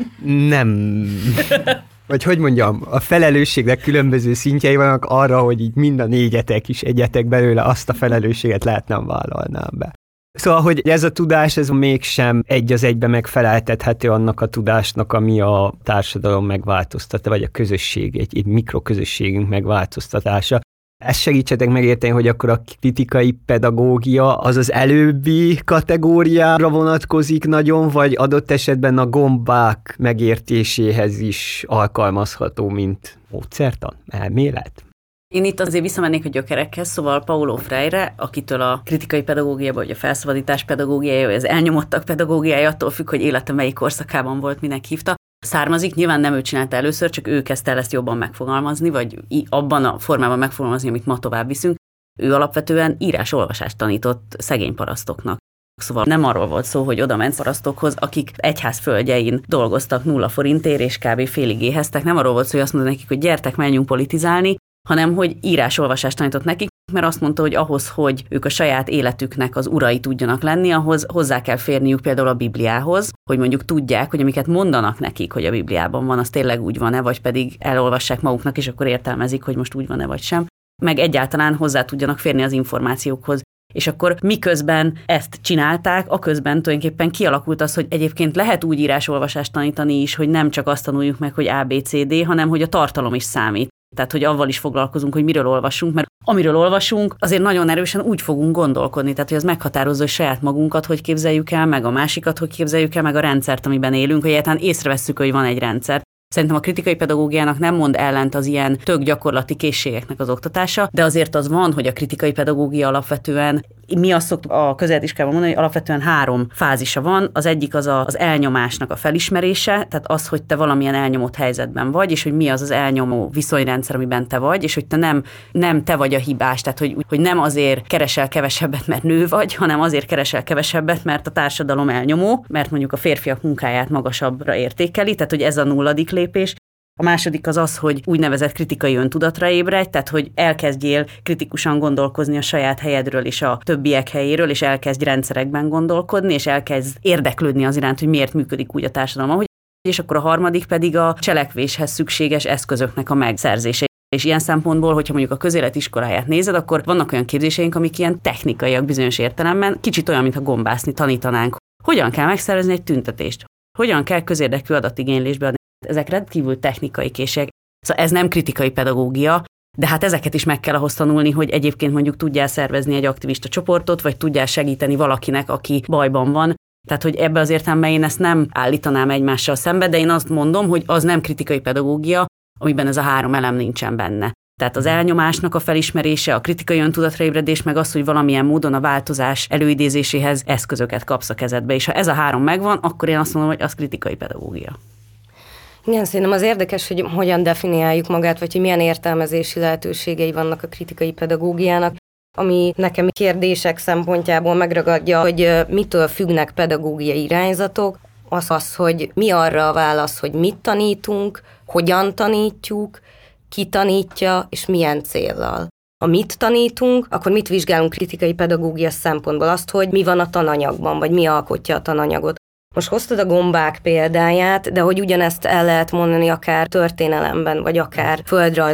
Nem... Vagy hogy mondjam, a felelősségnek különböző szintjei vannak arra, hogy így mind a négyetek is egyetek belőle, azt a felelősséget lehet nem vállalnám be. Szóval, hogy ez a tudás, ez mégsem egy az egybe megfeleltethető annak a tudásnak, ami a társadalom megváltoztatta, vagy a közösség, egy mikroközösségünk megváltoztatása. Ezt segítsetek megérteni, hogy akkor a kritikai pedagógia az az előbbi kategóriára vonatkozik nagyon, vagy adott esetben a gombák megértéséhez is alkalmazható, mint módszertan, elmélet? Én itt azért visszamennék a gyökerekhez, szóval Paulo Freire, akitől a kritikai pedagógia, vagy a felszabadítás pedagógiája, vagy az elnyomottak pedagógiája, attól függ, hogy élete melyik korszakában volt, minek hívta, származik. Nyilván nem ő csinálta először, csak ő kezdte el ezt jobban megfogalmazni, vagy abban a formában megfogalmazni, amit ma tovább viszünk. Ő alapvetően írás-olvasást tanított szegény parasztoknak. Szóval nem arról volt szó, hogy oda ment parasztokhoz, akik egyház földjein dolgoztak 0 forintért, és kb. Félig éheztek. Nem arról volt szó, hogy azt mondta nekik, hogy gyertek, menjünk politizálni, hanem hogy írás-olvasást tanított nekik, mert azt mondta, hogy ahhoz, hogy ők a saját életüknek az urai tudjanak lenni, ahhoz hozzá kell férniük például a Bibliához, hogy mondjuk tudják, hogy amiket mondanak nekik, hogy a Bibliában van, az tényleg úgy van-e, vagy pedig elolvassák maguknak, és akkor értelmezik, hogy most úgy van-e, vagy sem. Meg egyáltalán hozzá tudjanak férni az információkhoz. És akkor miközben ezt csinálták, aközben tulajdonképpen kialakult az, hogy egyébként lehet úgy írás-olvasást tanítani is, hogy nem csak azt tanuljuk meg, hogy ABCD, hanem hogy a tartalom is számít. Tehát, hogy avval is foglalkozunk, hogy miről olvasunk, mert amiről olvasunk, azért nagyon erősen úgy fogunk gondolkodni, tehát, hogy az meghatározza, hogy saját magunkat hogy képzeljük el, meg a másikat hogy képzeljük el, meg a rendszert, amiben élünk, hogy egyáltalán észrevesszük, hogy van egy rendszer. Szerintem a kritikai pedagógiának nem mond ellent az ilyen tök gyakorlati készségeknek az oktatása, de azért az van, hogy a kritikai pedagógia alapvetően, mi azt szoktuk a közéletiskolában mondani, hogy alapvetően 3 fázisa van. Az egyik az elnyomásnak a felismerése, tehát az, hogy te valamilyen elnyomott helyzetben vagy, és hogy mi az az elnyomó viszonyrendszer, amiben te vagy, és hogy te nem te vagy a hibás, tehát hogy nem azért keresel kevesebbet, mert nő vagy, hanem azért keresel kevesebbet, mert a társadalom elnyomó, mert mondjuk a férfiak munkáját magasabbra értékeli, tehát hogy ez a 0. lépés. A második az, hogy úgynevezett kritikai öntudatra ébredj, tehát hogy elkezdjél kritikusan gondolkozni a saját helyedről és a többiek helyéről, és elkezdj rendszerekben gondolkodni, és elkezd érdeklődni az iránt, hogy miért működik úgy a társadalom, ahogy. És akkor a harmadik pedig a cselekvéshez szükséges eszközöknek a megszerzése. És ilyen szempontból, hogyha mondjuk a közéletiskoláját nézed, akkor vannak olyan képzéseink, amik ilyen technikaiak bizonyos értelemben, kicsit olyan, mintha gombászni tanítanánk. Hogyan kell megszervezni egy tüntetést? Hogyan kell közérdekű adatigénylésbe adni? Ezek rendkívül technikai készségek. Szóval ez nem kritikai pedagógia, de hát ezeket is meg kell ahhoz tanulni, hogy egyébként mondjuk tudjál szervezni egy aktivista csoportot, vagy tudjál segíteni valakinek, aki bajban van. Tehát, hogy ebbe az értelemben én ezt nem állítanám egymással szembe, de én azt mondom, hogy az nem kritikai pedagógia, amiben ez a 3 elem nincsen benne. Tehát az elnyomásnak a felismerése, a kritikai öntudatra ébredés, meg az, hogy valamilyen módon a változás előidézéséhez eszközöket kapsz a kezedbe. És ha ez a 3 megvan, akkor én azt mondom, hogy az kritikai pedagógia. Igen, szerintem az érdekes, hogy hogyan definiáljuk magát, vagy hogy milyen értelmezési lehetőségei vannak a kritikai pedagógiának, ami nekem kérdések szempontjából megragadja, hogy mitől függnek pedagógiai irányzatok, az, hogy mi arra a válasz, hogy mit tanítunk, hogyan tanítjuk, ki tanítja, és milyen céllal. Ha mit tanítunk, akkor mit vizsgálunk kritikai pedagógia szempontból? Azt, hogy mi van a tananyagban, vagy mi alkotja a tananyagot. Most hoztad a gombák példáját, de hogy ugyanezt el lehet mondani akár történelemben, vagy akár földrajzban.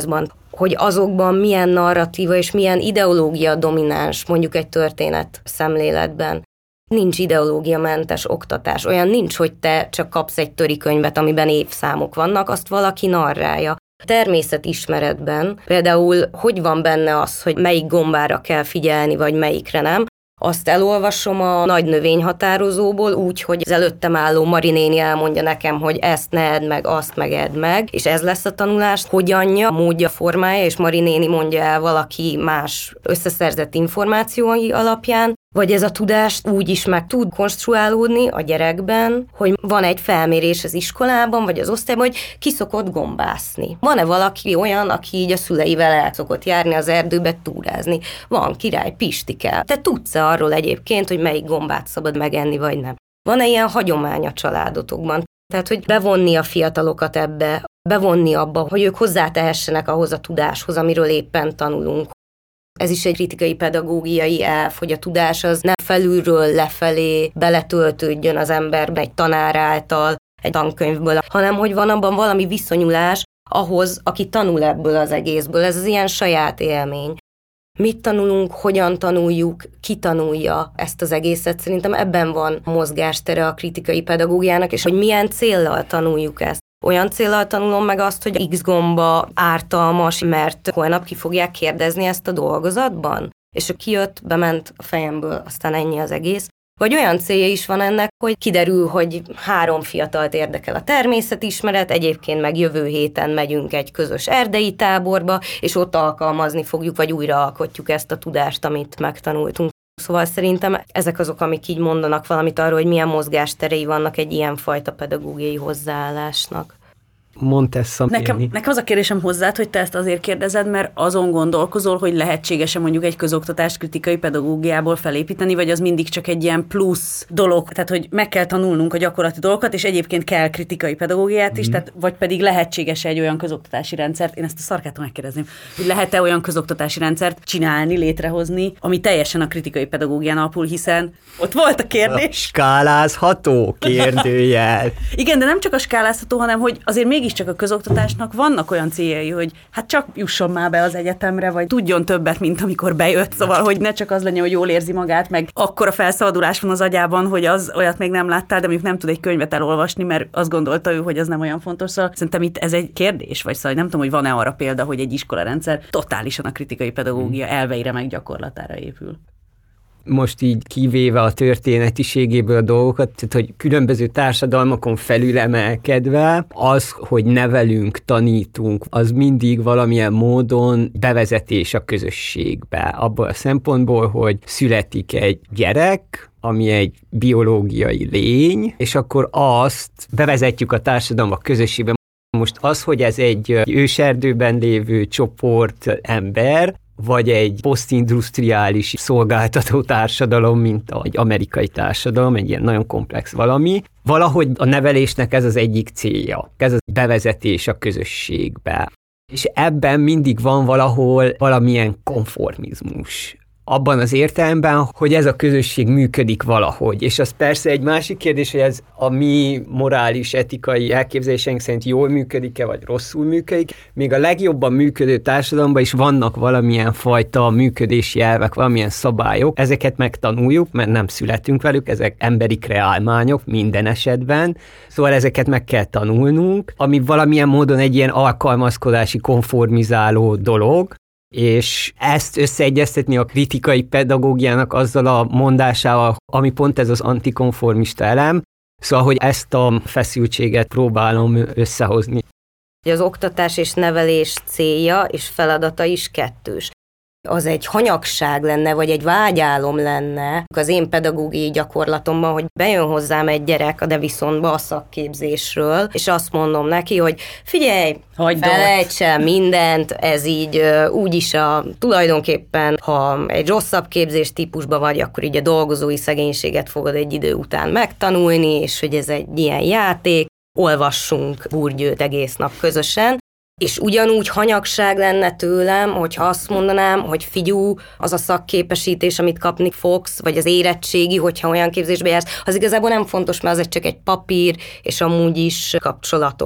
hogy azokban milyen narratíva és milyen ideológia domináns mondjuk egy történet szemléletben. Nincs ideológiamentes oktatás. Olyan nincs, hogy te csak kapsz egy törikönyvet, amiben évszámok vannak, azt valaki narrálja. Természetismeretben például hogy van benne az, hogy melyik gombára kell figyelni, vagy melyikre nem, azt elolvasom a nagy növényhatározóból úgy, hogy az előttem álló Mari néni elmondja nekem, hogy ezt ne edd meg, azt meg edd meg, és ez lesz a tanulás, hogyanja, módja, formája, és Mari néni mondja el valaki más összeszerzett információi alapján, vagy ez a tudás úgy is meg tud konstruálódni a gyerekben, hogy van egy felmérés az iskolában, vagy az osztályban, hogy ki szokott gombászni. Van-e valaki olyan, aki így a szüleivel el szokott járni az erdőbe túrázni? Van, király, Pistike. Te tudsz-e arról egyébként, hogy melyik gombát szabad megenni, vagy nem? Van-e ilyen hagyomány a családotokban? Tehát, hogy bevonni a fiatalokat ebbe, bevonni abba, hogy ők hozzátehessenek ahhoz a tudáshoz, amiről éppen tanulunk. Ez is egy kritikai pedagógiai elv, hogy a tudás az nem felülről lefelé beletöltődjön az emberbe egy tanár által, egy tankönyvből, hanem hogy van abban valami viszonyulás ahhoz, aki tanul ebből az egészből. Ez az ilyen saját élmény. Mit tanulunk, hogyan tanuljuk, ki tanulja ezt az egészet. Szerintem ebben van mozgástere a kritikai pedagógiának, és hogy milyen céllal tanuljuk ezt. Olyan céllal tanulom meg azt, hogy X gomba ártalmas, mert holnap ki fogják kérdezni ezt a dolgozatban? És kijött, bement a fejemből, aztán ennyi az egész. Vagy olyan célja is van ennek, hogy kiderül, hogy 3 fiatalt érdekel a természetismeret, egyébként meg jövő héten megyünk egy közös erdei táborba, és ott alkalmazni fogjuk, vagy újra alkotjuk ezt a tudást, amit megtanultunk. Szóval szerintem ezek azok, amik így mondanak valamit arról, hogy milyen mozgásterei vannak egy ilyenfajta pedagógiai hozzáállásnak. Montessa. Nekem az a kérdésem hozzád, hogy te ezt azért kérdezed, mert azon gondolkozol, hogy lehetséges-e mondjuk egy közoktatást kritikai pedagógiából felépíteni, vagy az mindig csak egy ilyen plusz dolog, tehát hogy meg kell tanulnunk a gyakorlati dolgokat, és egyébként kell kritikai pedagógiát is, tehát vagy pedig lehetséges-e egy olyan közoktatási rendszert, én ezt a Szarkától megkérdezném, hogy lehet-e olyan közoktatási rendszert csinálni, létrehozni, ami teljesen a kritikai pedagógián alapul, hiszen ott volt a kérdés. Skálázható kérdőjel. Igen, de nem csak a skálázható, hanem hogy azért mégiscsak a közoktatásnak vannak olyan céljai, hogy hát csak jusson már be az egyetemre, vagy tudjon többet, mint amikor bejött, szóval, hogy ne csak az legyen, hogy jól érzi magát, meg akkora felszabadulás van az agyában, hogy az olyat még nem láttál, de mondjuk nem tud egy könyvet elolvasni, mert azt gondolta ő, hogy az nem olyan fontos. Szóval szerintem itt ez egy kérdés, vagy szóval nem tudom, hogy van-e arra példa, hogy egy iskolarendszer totálisan a kritikai pedagógia elveire meg gyakorlatára épül. Most így kivéve a történetiségéből a dolgokat, tehát hogy különböző társadalmakon felülemelkedve, az, hogy nevelünk, tanítunk, az mindig valamilyen módon bevezetés a közösségbe. Abból a szempontból, hogy születik egy gyerek, ami egy biológiai lény, és akkor azt bevezetjük a társadalom a közösségbe. Most az, hogy ez egy őserdőben lévő csoport ember, vagy egy posztindustriális szolgáltató társadalom, mint egy amerikai társadalom, egy ilyen nagyon komplex valami. Valahogy a nevelésnek ez az egyik célja, ez a bevezetés a közösségbe. És ebben mindig van valahol valamilyen konformizmus. Abban az értelemben, hogy ez a közösség működik valahogy. És az persze egy másik kérdés, hogy ez a mi morális, etikai elképzeléseink szerint jól működik-e, vagy rosszul működik. Még a legjobban működő társadalomban is vannak valamilyen fajta működési elvek, valamilyen szabályok. Ezeket megtanuljuk, mert nem születünk velük, ezek emberi kreálmányok minden esetben. Szóval ezeket meg kell tanulnunk, ami valamilyen módon egy ilyen alkalmazkodási, konformizáló dolog, és ezt összeegyeztetni a kritikai pedagógiának azzal a mondásával, ami pont ez az antikonformista elem, szóval, hogy ezt a feszültséget próbálom összehozni. Az oktatás és nevelés célja és feladata is kettős. Az egy hanyagság lenne, vagy egy vágyálom lenne az én pedagógiai gyakorlatomban, hogy bejön hozzám egy gyerek a Devisontba a szakképzésről, és azt mondom neki, hogy figyelj, felejts el mindent, ez így úgyis tulajdonképpen, ha egy rosszabb képzés típusban vagy, akkor így a dolgozói szegénységet fogod egy idő után megtanulni, és hogy ez egy ilyen játék, olvassunk Bourdieu-t egész nap közösen, és ugyanúgy hanyagság lenne tőlem, hogyha azt mondanám, hogy figyú, az a szakképesítés, amit kapni fogsz, vagy az érettségi, hogyha olyan képzésbe jársz, az igazából nem fontos, mert az csak egy papír, és amúgy is kapcsolatok.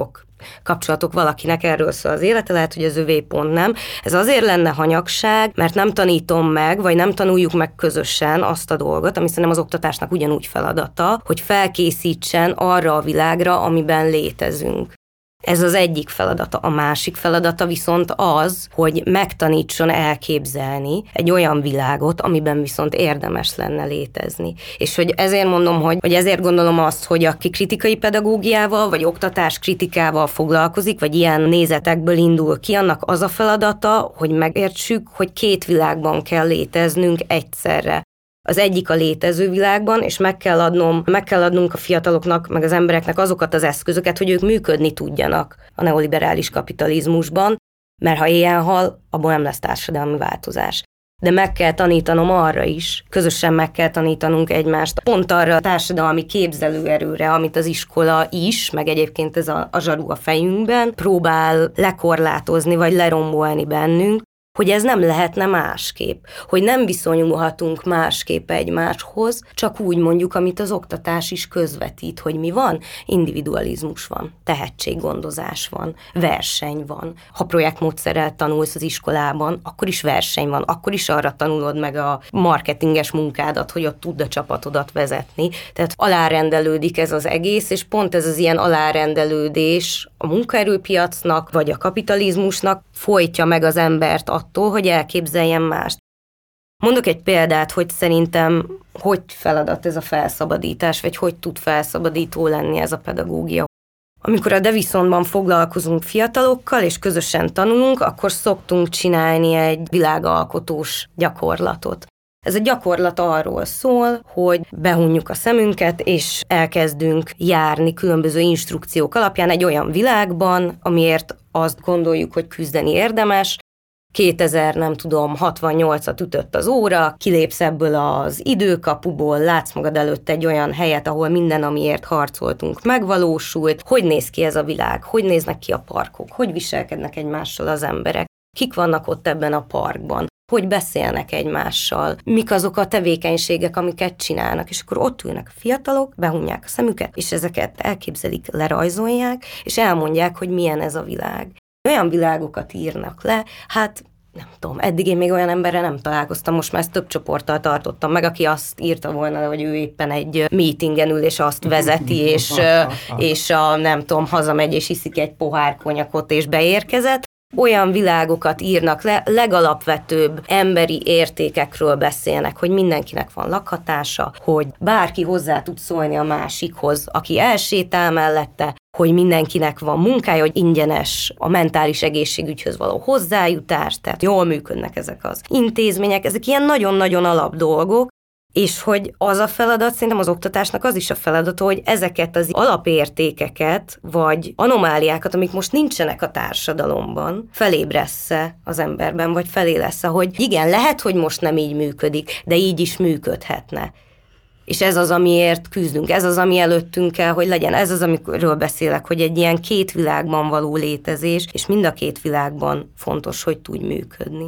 kapcsolatok valakinek erről szól az élete, lehet, hogy az övé pont nem. Ez azért lenne hanyagság, mert nem tanítom meg, vagy nem tanuljuk meg közösen azt a dolgot, ami szerintem az oktatásnak ugyanúgy feladata, hogy felkészítsen arra a világra, amiben létezünk. Ez az egyik feladata. A másik feladata viszont az, hogy megtanítson elképzelni egy olyan világot, amiben viszont érdemes lenne létezni. És hogy ezért mondom, hogy ezért gondolom azt, hogy aki kritikai pedagógiával, vagy oktatás kritikával foglalkozik, vagy ilyen nézetekből indul ki, annak az a feladata, hogy megértsük, hogy két világban kell léteznünk egyszerre. Az egyik a létező világban, és meg kell adnunk a fiataloknak, meg az embereknek azokat az eszközöket, hogy ők működni tudjanak a neoliberális kapitalizmusban, mert ha ilyen hal, abból nem lesz társadalmi változás. De meg kell tanítanom arra is, közösen meg kell tanítanunk egymást, pont arra a társadalmi képzelőerőre, amit az iskola is, meg egyébként ez a zsaru a fejünkben, próbál lekorlátozni, vagy lerombolni bennünk, hogy ez nem lehetne másképp, hogy nem viszonyulhatunk másképp egymáshoz, csak úgy mondjuk, amit az oktatás is közvetít, hogy mi van, individualizmus van, tehetséggondozás van, verseny van. Ha projektmódszerrel tanulsz az iskolában, akkor is verseny van, akkor is arra tanulod meg a marketinges munkádat, hogy ott tudd a csapatodat vezetni. Tehát alárendelődik ez az egész, és pont ez az ilyen alárendelődés a munkaerőpiacnak, vagy a kapitalizmusnak folytja meg az embert attól, hogy elképzeljen mást. Mondok egy példát, hogy szerintem hogy feladat ez a felszabadítás, vagy hogy tud felszabadító lenni ez a pedagógia. Amikor a Deviszonban foglalkozunk fiatalokkal, és közösen tanulunk, akkor szoktunk csinálni egy világalkotós gyakorlatot. Ez a gyakorlat arról szól, hogy behunjuk a szemünket, és elkezdünk járni különböző instrukciók alapján egy olyan világban, amiért azt gondoljuk, hogy küzdeni érdemes. 68-at ütött az óra, kilépsz ebből az időkapuból, látsz magad előtt egy olyan helyet, ahol minden, amiért harcoltunk, megvalósult. Hogy néz ki ez a világ? Hogy néznek ki a parkok? Hogy viselkednek egymással az emberek? Kik vannak ott ebben a parkban? Hogy beszélnek egymással, mik azok a tevékenységek, amiket csinálnak, és akkor ott ülnek a fiatalok, behunják a szemüket, és ezeket elképzelik, lerajzolják, és elmondják, hogy milyen ez a világ. Olyan világokat írnak le, hát nem tudom, eddig én még olyan emberrel nem találkoztam, most már ezt több csoporttal tartottam meg, aki azt írta volna, hogy ő éppen egy meetingen ül, és azt vezeti, és nem tudom, hazamegy, és iszik egy pohár konyakot, és beérkezett. Olyan világokat írnak le, legalapvetőbb emberi értékekről beszélnek, hogy mindenkinek van lakhatása, hogy bárki hozzá tud szólni a másikhoz, aki elsétál mellette, hogy mindenkinek van munkája, hogy ingyenes a mentális egészségügyhöz való hozzájutás, tehát jól működnek ezek az intézmények, ezek ilyen nagyon-nagyon alap dolgok, és hogy az a feladat, szerintem az oktatásnak az is a feladata, hogy ezeket az alapértékeket, vagy anomáliákat, amik most nincsenek a társadalomban, felébressze az emberben, vagy felélessze, hogy igen, lehet, hogy most nem így működik, de így is működhetne. És ez az, amiért küzdünk, ez az, ami előttünk kell, hogy legyen, ez az, amiről beszélek, hogy egy ilyen két világban való létezés, és mind a két világban fontos, hogy tudj működni.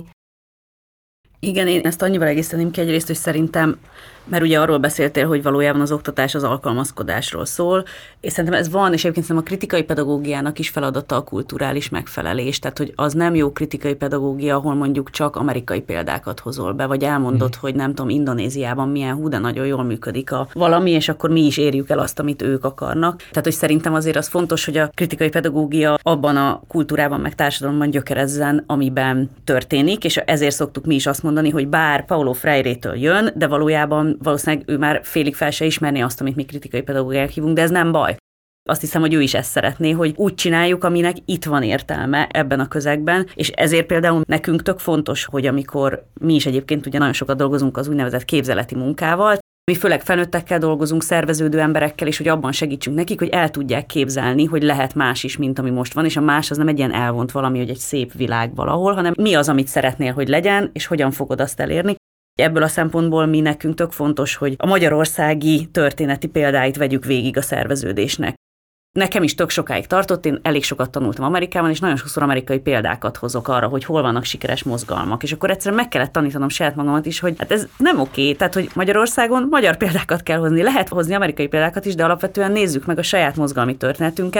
Igen, én ezt annyival egészteném ki egyrészt, hogy szerintem, mert ugye arról beszéltél, hogy valójában az oktatás az alkalmazkodásról szól, és szerintem ez van, és egyébként szerintem a kritikai pedagógiának is feladata a kulturális megfelelés, tehát hogy az nem jó kritikai pedagógia, ahol mondjuk csak amerikai példákat hozol be, vagy elmondod, hogy nem tudom, Indonéziában milyen de nagyon jól működik a valami, és akkor mi is érjük el azt, amit ők akarnak. Tehát, hogy szerintem azért az fontos, hogy a kritikai pedagógia abban a kultúrában, meg társadalomban gyökerezzen, amiben történik, és ezért szoktuk mi is azt mondani, hogy bár Paulo Freire-től jön, de valójában valószínűleg ő már félig fel se ismerné azt, amit mi kritikai pedagógiának hívunk, de ez nem baj. Azt hiszem, hogy ő is ezt szeretné, hogy úgy csináljuk, aminek itt van értelme ebben a közegben, és ezért például nekünk tök fontos, hogy amikor mi is egyébként ugye nagyon sokat dolgozunk az úgynevezett képzeleti munkával, mi főleg felnőttekkel dolgozunk, szerveződő emberekkel, és hogy abban segítsünk nekik, hogy el tudják képzelni, hogy lehet más is, mint ami most van, és a más az nem egy ilyen elvont valami, hogy egy szép világ valahol, hanem mi az, amit szeretnél, hogy legyen, és hogyan fogod azt elérni. Ebből a szempontból mi nekünk tök fontos, hogy a magyarországi történeti példáit vegyük végig a szerveződésnek. Nekem is tök sokáig tartott, én elég sokat tanultam Amerikában, és nagyon sokszor amerikai példákat hozok arra, hogy hol vannak sikeres mozgalmak. És akkor egyszerűen meg kellett tanítanom saját magamat is, hogy hát ez nem oké, tehát hogy Magyarországon magyar példákat kell hozni. Lehet hozni amerikai példákat is, de alapvetően nézzük meg a saját mozgalmi történetünket,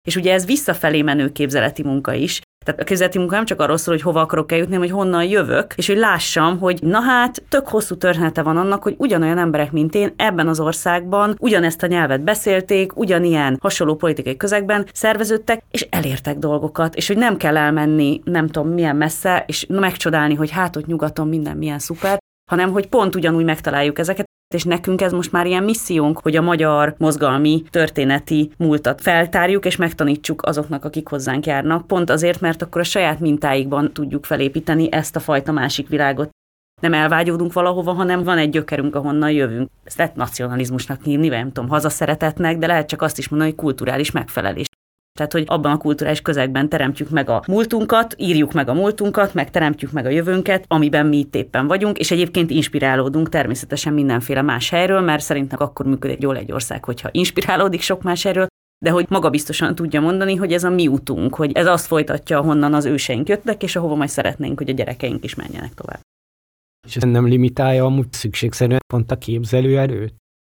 És ugye ez visszafelé menő képzeleti munka is. Tehát a képzeleti munka nem csak arról szól, hogy hova akarok eljutni, hanem hogy honnan jövök, és hogy lássam, hogy na hát, tök hosszú története van annak, hogy ugyanolyan emberek, mint én, ebben az országban ugyanezt a nyelvet beszélték, ugyanilyen hasonló politikai közegben szerveződtek, és elértek dolgokat, és hogy nem kell elmenni, nem tudom milyen messze, és megcsodálni, hogy hát ott nyugaton minden milyen szuper, hanem hogy pont ugyanúgy megtaláljuk ezeket, és nekünk ez most már ilyen missziónk, hogy a magyar mozgalmi, történeti múltat feltárjuk, és megtanítsuk azoknak, akik hozzánk járnak, pont azért, mert akkor a saját mintáikban tudjuk felépíteni ezt a fajta másik világot. Nem elvágyódunk valahova, hanem van egy gyökerünk, ahonnan jövünk. Ezt lehet nacionalizmusnak hívni, vagy nem tudom, hazaszeretetnek, de lehet csak azt is mondani, hogy kulturális megfelelés. Tehát, hogy abban a kulturális közegben teremtjük meg a múltunkat, írjuk meg a múltunkat, meg teremtjük meg a jövőnket, amiben mi itt éppen vagyunk, és egyébként inspirálódunk természetesen mindenféle más helyről, mert szerintem akkor működik jól egy ország, hogyha inspirálódik sok más helyről, de hogy magabiztosan tudja mondani, hogy ez a mi utunk, hogy ez azt folytatja, ahonnan az őseink jöttek, és ahova majd szeretnénk, hogy a gyerekeink is menjenek tovább. És ez nem limitálja amúgy szükségszerűen pont a képzelőerőt?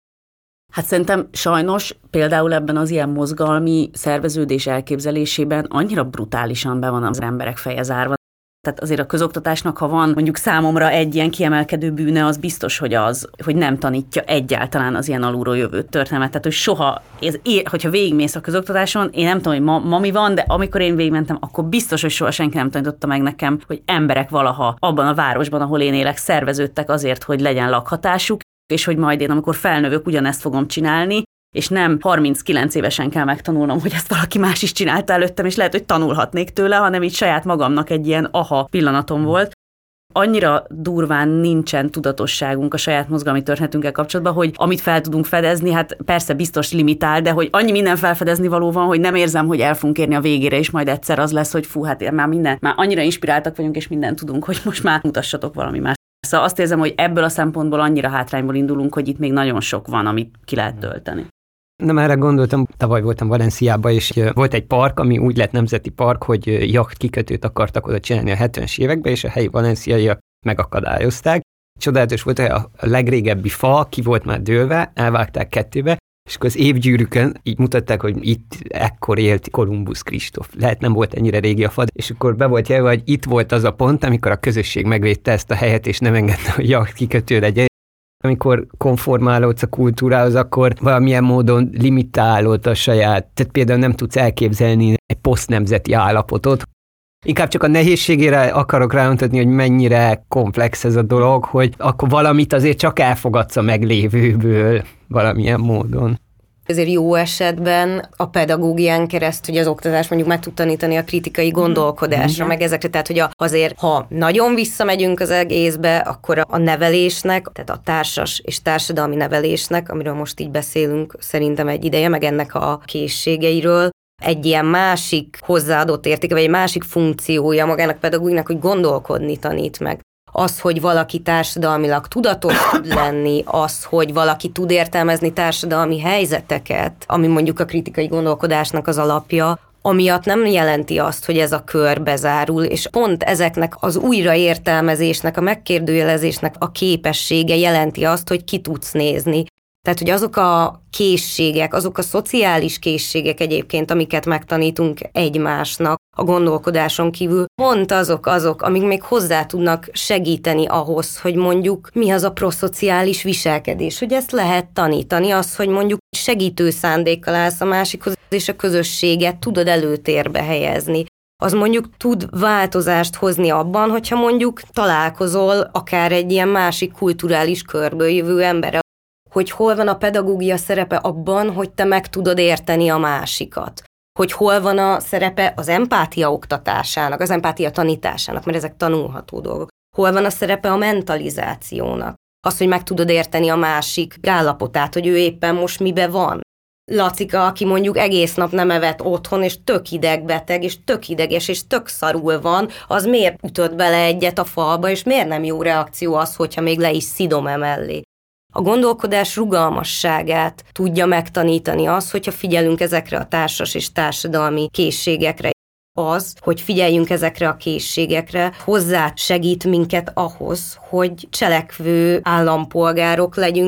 Hát szerintem sajnos például ebben az ilyen mozgalmi szerveződés elképzelésében annyira brutálisan be van az emberek feje zárva. Tehát azért a közoktatásnak, ha van mondjuk számomra egy ilyen kiemelkedő bűne, az biztos, hogy nem tanítja egyáltalán az ilyen alulról jövő történetet. Tehát, hogy soha, hogyha végigmész a közoktatáson, én nem tudom, hogy ma mi van, de amikor én végigmentem, akkor biztos, hogy soha senki nem tanította meg nekem, hogy emberek valaha abban a városban, ahol én élek, szerveződtek azért, hogy legyen lakhatásuk, és hogy majd én, amikor felnövök, ugyanezt fogom csinálni, és nem 39 évesen kell megtanulnom, hogy ezt valaki más is csinálta előttem, és lehet, hogy tanulhatnék tőle, hanem így saját magamnak egy ilyen aha pillanatom volt. Annyira durván nincsen tudatosságunk a saját mozgalmi történetünkkel kapcsolatban, hogy amit fel tudunk fedezni, hát persze biztos limitál, de hogy annyi minden felfedezni való van, hogy nem érzem, hogy el fogunk érni a végére, és majd egyszer az lesz, hogy fú, hát már annyira inspiráltak vagyunk, és mindent tudunk, hogy most már mutassatok valami más. Szóval azt érzem, hogy ebből a szempontból annyira hátrányból indulunk, hogy itt még nagyon sok van, amit ki lehet tölteni. Nem, erre gondoltam, tavaly voltam Valenciában, és volt egy park, ami úgy lett nemzeti park, hogy jacht kikötőt akartak oda csinálni a 70-es években, és a helyi valenciaiak megakadályozták. Csodálatos volt, hogy a legrégebbi fa ki volt már dőlve, elvágták kettőbe, és akkor az évgyűrűkön így mutatták, hogy itt ekkor élt Kolumbusz Kristóf. Lehet nem volt ennyire régi a fa, és akkor be volt jelve, hogy itt volt az a pont, amikor a közösség megvédte ezt a helyet, és nem engedte, hogy jacht kikötő legyen. Amikor konformálódsz a kultúrához, akkor valamilyen módon limitálod a saját, tehát például nem tudsz elképzelni egy posztnemzeti állapotot. Inkább csak a nehézségére akarok rámutatni, hogy mennyire komplex ez a dolog, hogy akkor valamit azért csak elfogadsz a meglévőből valamilyen módon. Ezért jó esetben a pedagógián keresztül, hogy az oktatás mondjuk meg tud tanítani a kritikai gondolkodásra, meg ezekre, tehát hogy azért, ha nagyon visszamegyünk az egészbe, akkor a nevelésnek, tehát a társas és társadalmi nevelésnek, amiről most így beszélünk szerintem egy ideje, meg ennek a készségeiről, egy ilyen másik hozzáadott értéke, vagy egy másik funkciója magának pedagógusnak, hogy gondolkodni tanít meg. Az, hogy valaki társadalmilag tudatos tud lenni, az, hogy valaki tud értelmezni társadalmi helyzeteket, ami mondjuk a kritikai gondolkodásnak az alapja, amiatt nem jelenti azt, hogy ez a kör bezárul, és pont ezeknek az újraértelmezésnek, a megkérdőjelezésnek a képessége jelenti azt, hogy ki tudsz nézni. Tehát, hogy azok a készségek, azok a szociális készségek egyébként, amiket megtanítunk egymásnak a gondolkodáson kívül, pont azok, amik még hozzá tudnak segíteni ahhoz, hogy mondjuk mi az a proszociális viselkedés, hogy ezt lehet tanítani, az, hogy mondjuk segítő szándékkal állsz a másikhoz, és a közösséget tudod előtérbe helyezni. Az mondjuk tud változást hozni abban, hogyha mondjuk találkozol akár egy ilyen másik kulturális körből jövő emberrel, hogy hol van a pedagógia szerepe abban, hogy te meg tudod érteni a másikat. Hogy hol van a szerepe az empátia oktatásának, az empátia tanításának, mert ezek tanulható dolgok. Hol van a szerepe a mentalizációnak. Az, hogy meg tudod érteni a másik állapotát, hogy ő éppen most mibe van. Lacika, aki mondjuk egész nap nem evett otthon, és tök idegbeteg, és tök ideges, és tök szarul van, az miért ütött bele egyet a falba, és miért nem jó reakció az, hogyha még le is szidom emellé. A gondolkodás rugalmasságát tudja megtanítani az, hogyha figyelünk ezekre a társas és társadalmi készségekre. Az, hogy figyeljünk ezekre a készségekre, hozzá segít minket ahhoz, hogy cselekvő állampolgárok legyünk,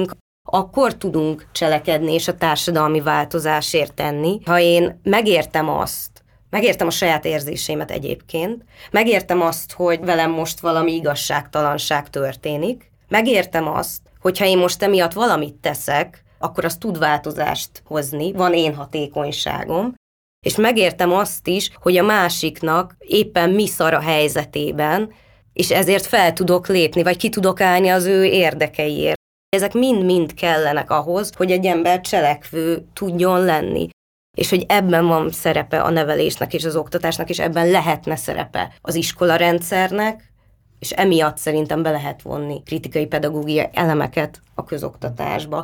akkor tudunk cselekedni és a társadalmi változásért tenni, ha én megértem a saját érzéseimet egyébként, megértem azt, hogy velem most valami igazságtalanság történik, megértem azt, hogyha én most emiatt valamit teszek, akkor az tud változást hozni, van én hatékonyságom, és megértem azt is, hogy a másiknak éppen mi szar a helyzetében, és ezért fel tudok lépni, vagy ki tudok állni az ő érdekeiért. Ezek mind-mind kellenek ahhoz, hogy egy ember cselekvő tudjon lenni. És hogy ebben van szerepe a nevelésnek és az oktatásnak, és ebben lehetne szerepe az iskolarendszernek, és emiatt szerintem be lehet vonni kritikai pedagógiai elemeket a közoktatásba.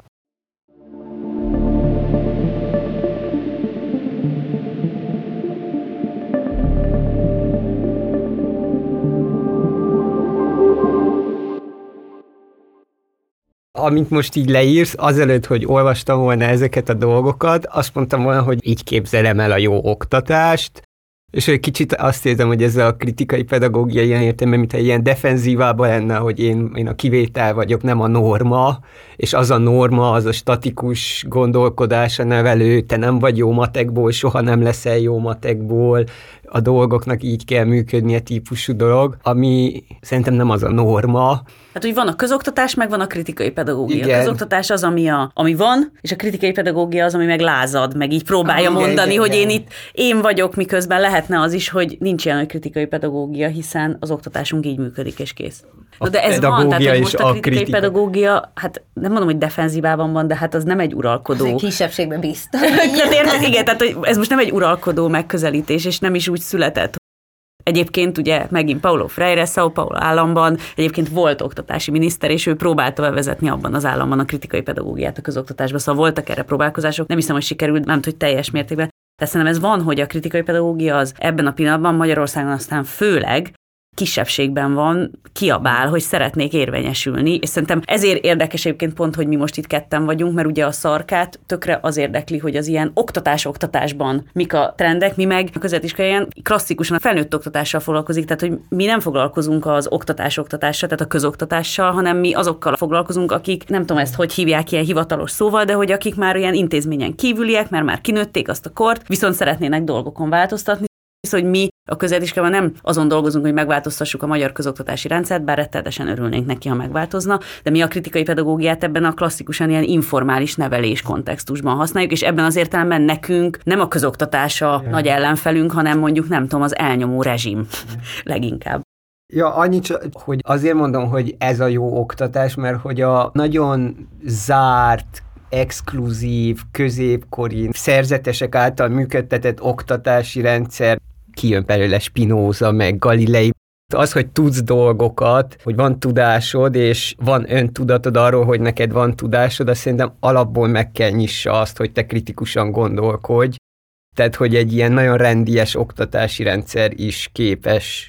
Amit most így leírsz, azelőtt, hogy olvastam volna ezeket a dolgokat, azt mondtam volna, hogy így képzelem el a jó oktatást, és egy kicsit azt érzem, hogy ez a kritikai pedagógia ilyen értelemben, mintha ilyen defenzívában lenne, hogy én a kivétel vagyok, nem a norma, és az a norma, az a statikus gondolkodás a nevelő, te nem vagy jó matekból, soha nem leszel jó matekból, a dolgoknak így kell működnie típusú dolog, ami szerintem nem az a norma. Hát, hogy van a közoktatás, meg van a kritikai pedagógia. Igen. A közoktatás az, ami van, és a kritikai pedagógia az, ami meg lázad, meg így próbálja mondani, hogy én vagyok, miközben lehetne az is, hogy nincs ilyen, hogy kritikai pedagógia, hiszen az oktatásunk így működik, és kész. De ez van, tehát hogy most a kritikai pedagógia, hát nem mondom, hogy defenzívában van, de hát az nem egy uralkodó. Ez egy kisebbségben biztos. Igen, tehát hogy ez most nem egy uralkodó megközelítés, és nem is úgy született. Egyébként ugye megint Paulo Freire, São Paulo államban egyébként volt oktatási miniszter, és ő próbálta bevezetni abban az államban a kritikai pedagógiát a közoktatásba, szóval voltak erre próbálkozások, nem hiszem, hogy sikerült, nem hogy teljes mértékben. De szerintem ez van, hogy a kritikai pedagógia az ebben a pillanatban Magyarországon aztán főleg kisebbségben van, kiabál, hogy szeretnék érvényesülni, és szerintem ezért érdekes egyébként pont, hogy mi most itt ketten vagyunk, mert ugye a Szarkát tökre az érdekli, hogy az ilyen oktatásban mik a trendek, mi meg a középiskolán klasszikusan a felnőtt oktatással foglalkozik, tehát hogy mi nem foglalkozunk az oktatással, tehát a közoktatással, hanem mi azokkal foglalkozunk, akik nem tudom ezt, hogy hívják ilyen hivatalos szóval, de hogy akik már ilyen intézményen kívüliek, mert már kinőtték azt a kort, viszont szeretnének dolgokon változtatni. Hogy mi a középiskolában nem azon dolgozunk, hogy megváltoztassuk a magyar közoktatási rendszert, bár rettenetesen örülnénk neki, ha megváltozna, de mi a kritikai pedagógiát ebben a klasszikusan ilyen informális nevelés kontextusban használjuk, és ebben az értelemben nekünk nem a közoktatás a nagy ellenfelünk, hanem mondjuk nem tudom, az elnyomó rezsim leginkább. Ja, annyit, hogy azért mondom, hogy ez a jó oktatás, mert hogy a nagyon zárt, exkluzív, középkori szerzetesek által működtetett oktatási rendszer, kijön belőle Spinoza, meg Galilei. Az, hogy tudsz dolgokat, hogy van tudásod, és van öntudatod arról, hogy neked van tudásod, azt szerintem alapból meg kell nyissa azt, hogy te kritikusan gondolkodj. Tehát, hogy egy ilyen nagyon rendies oktatási rendszer is képes.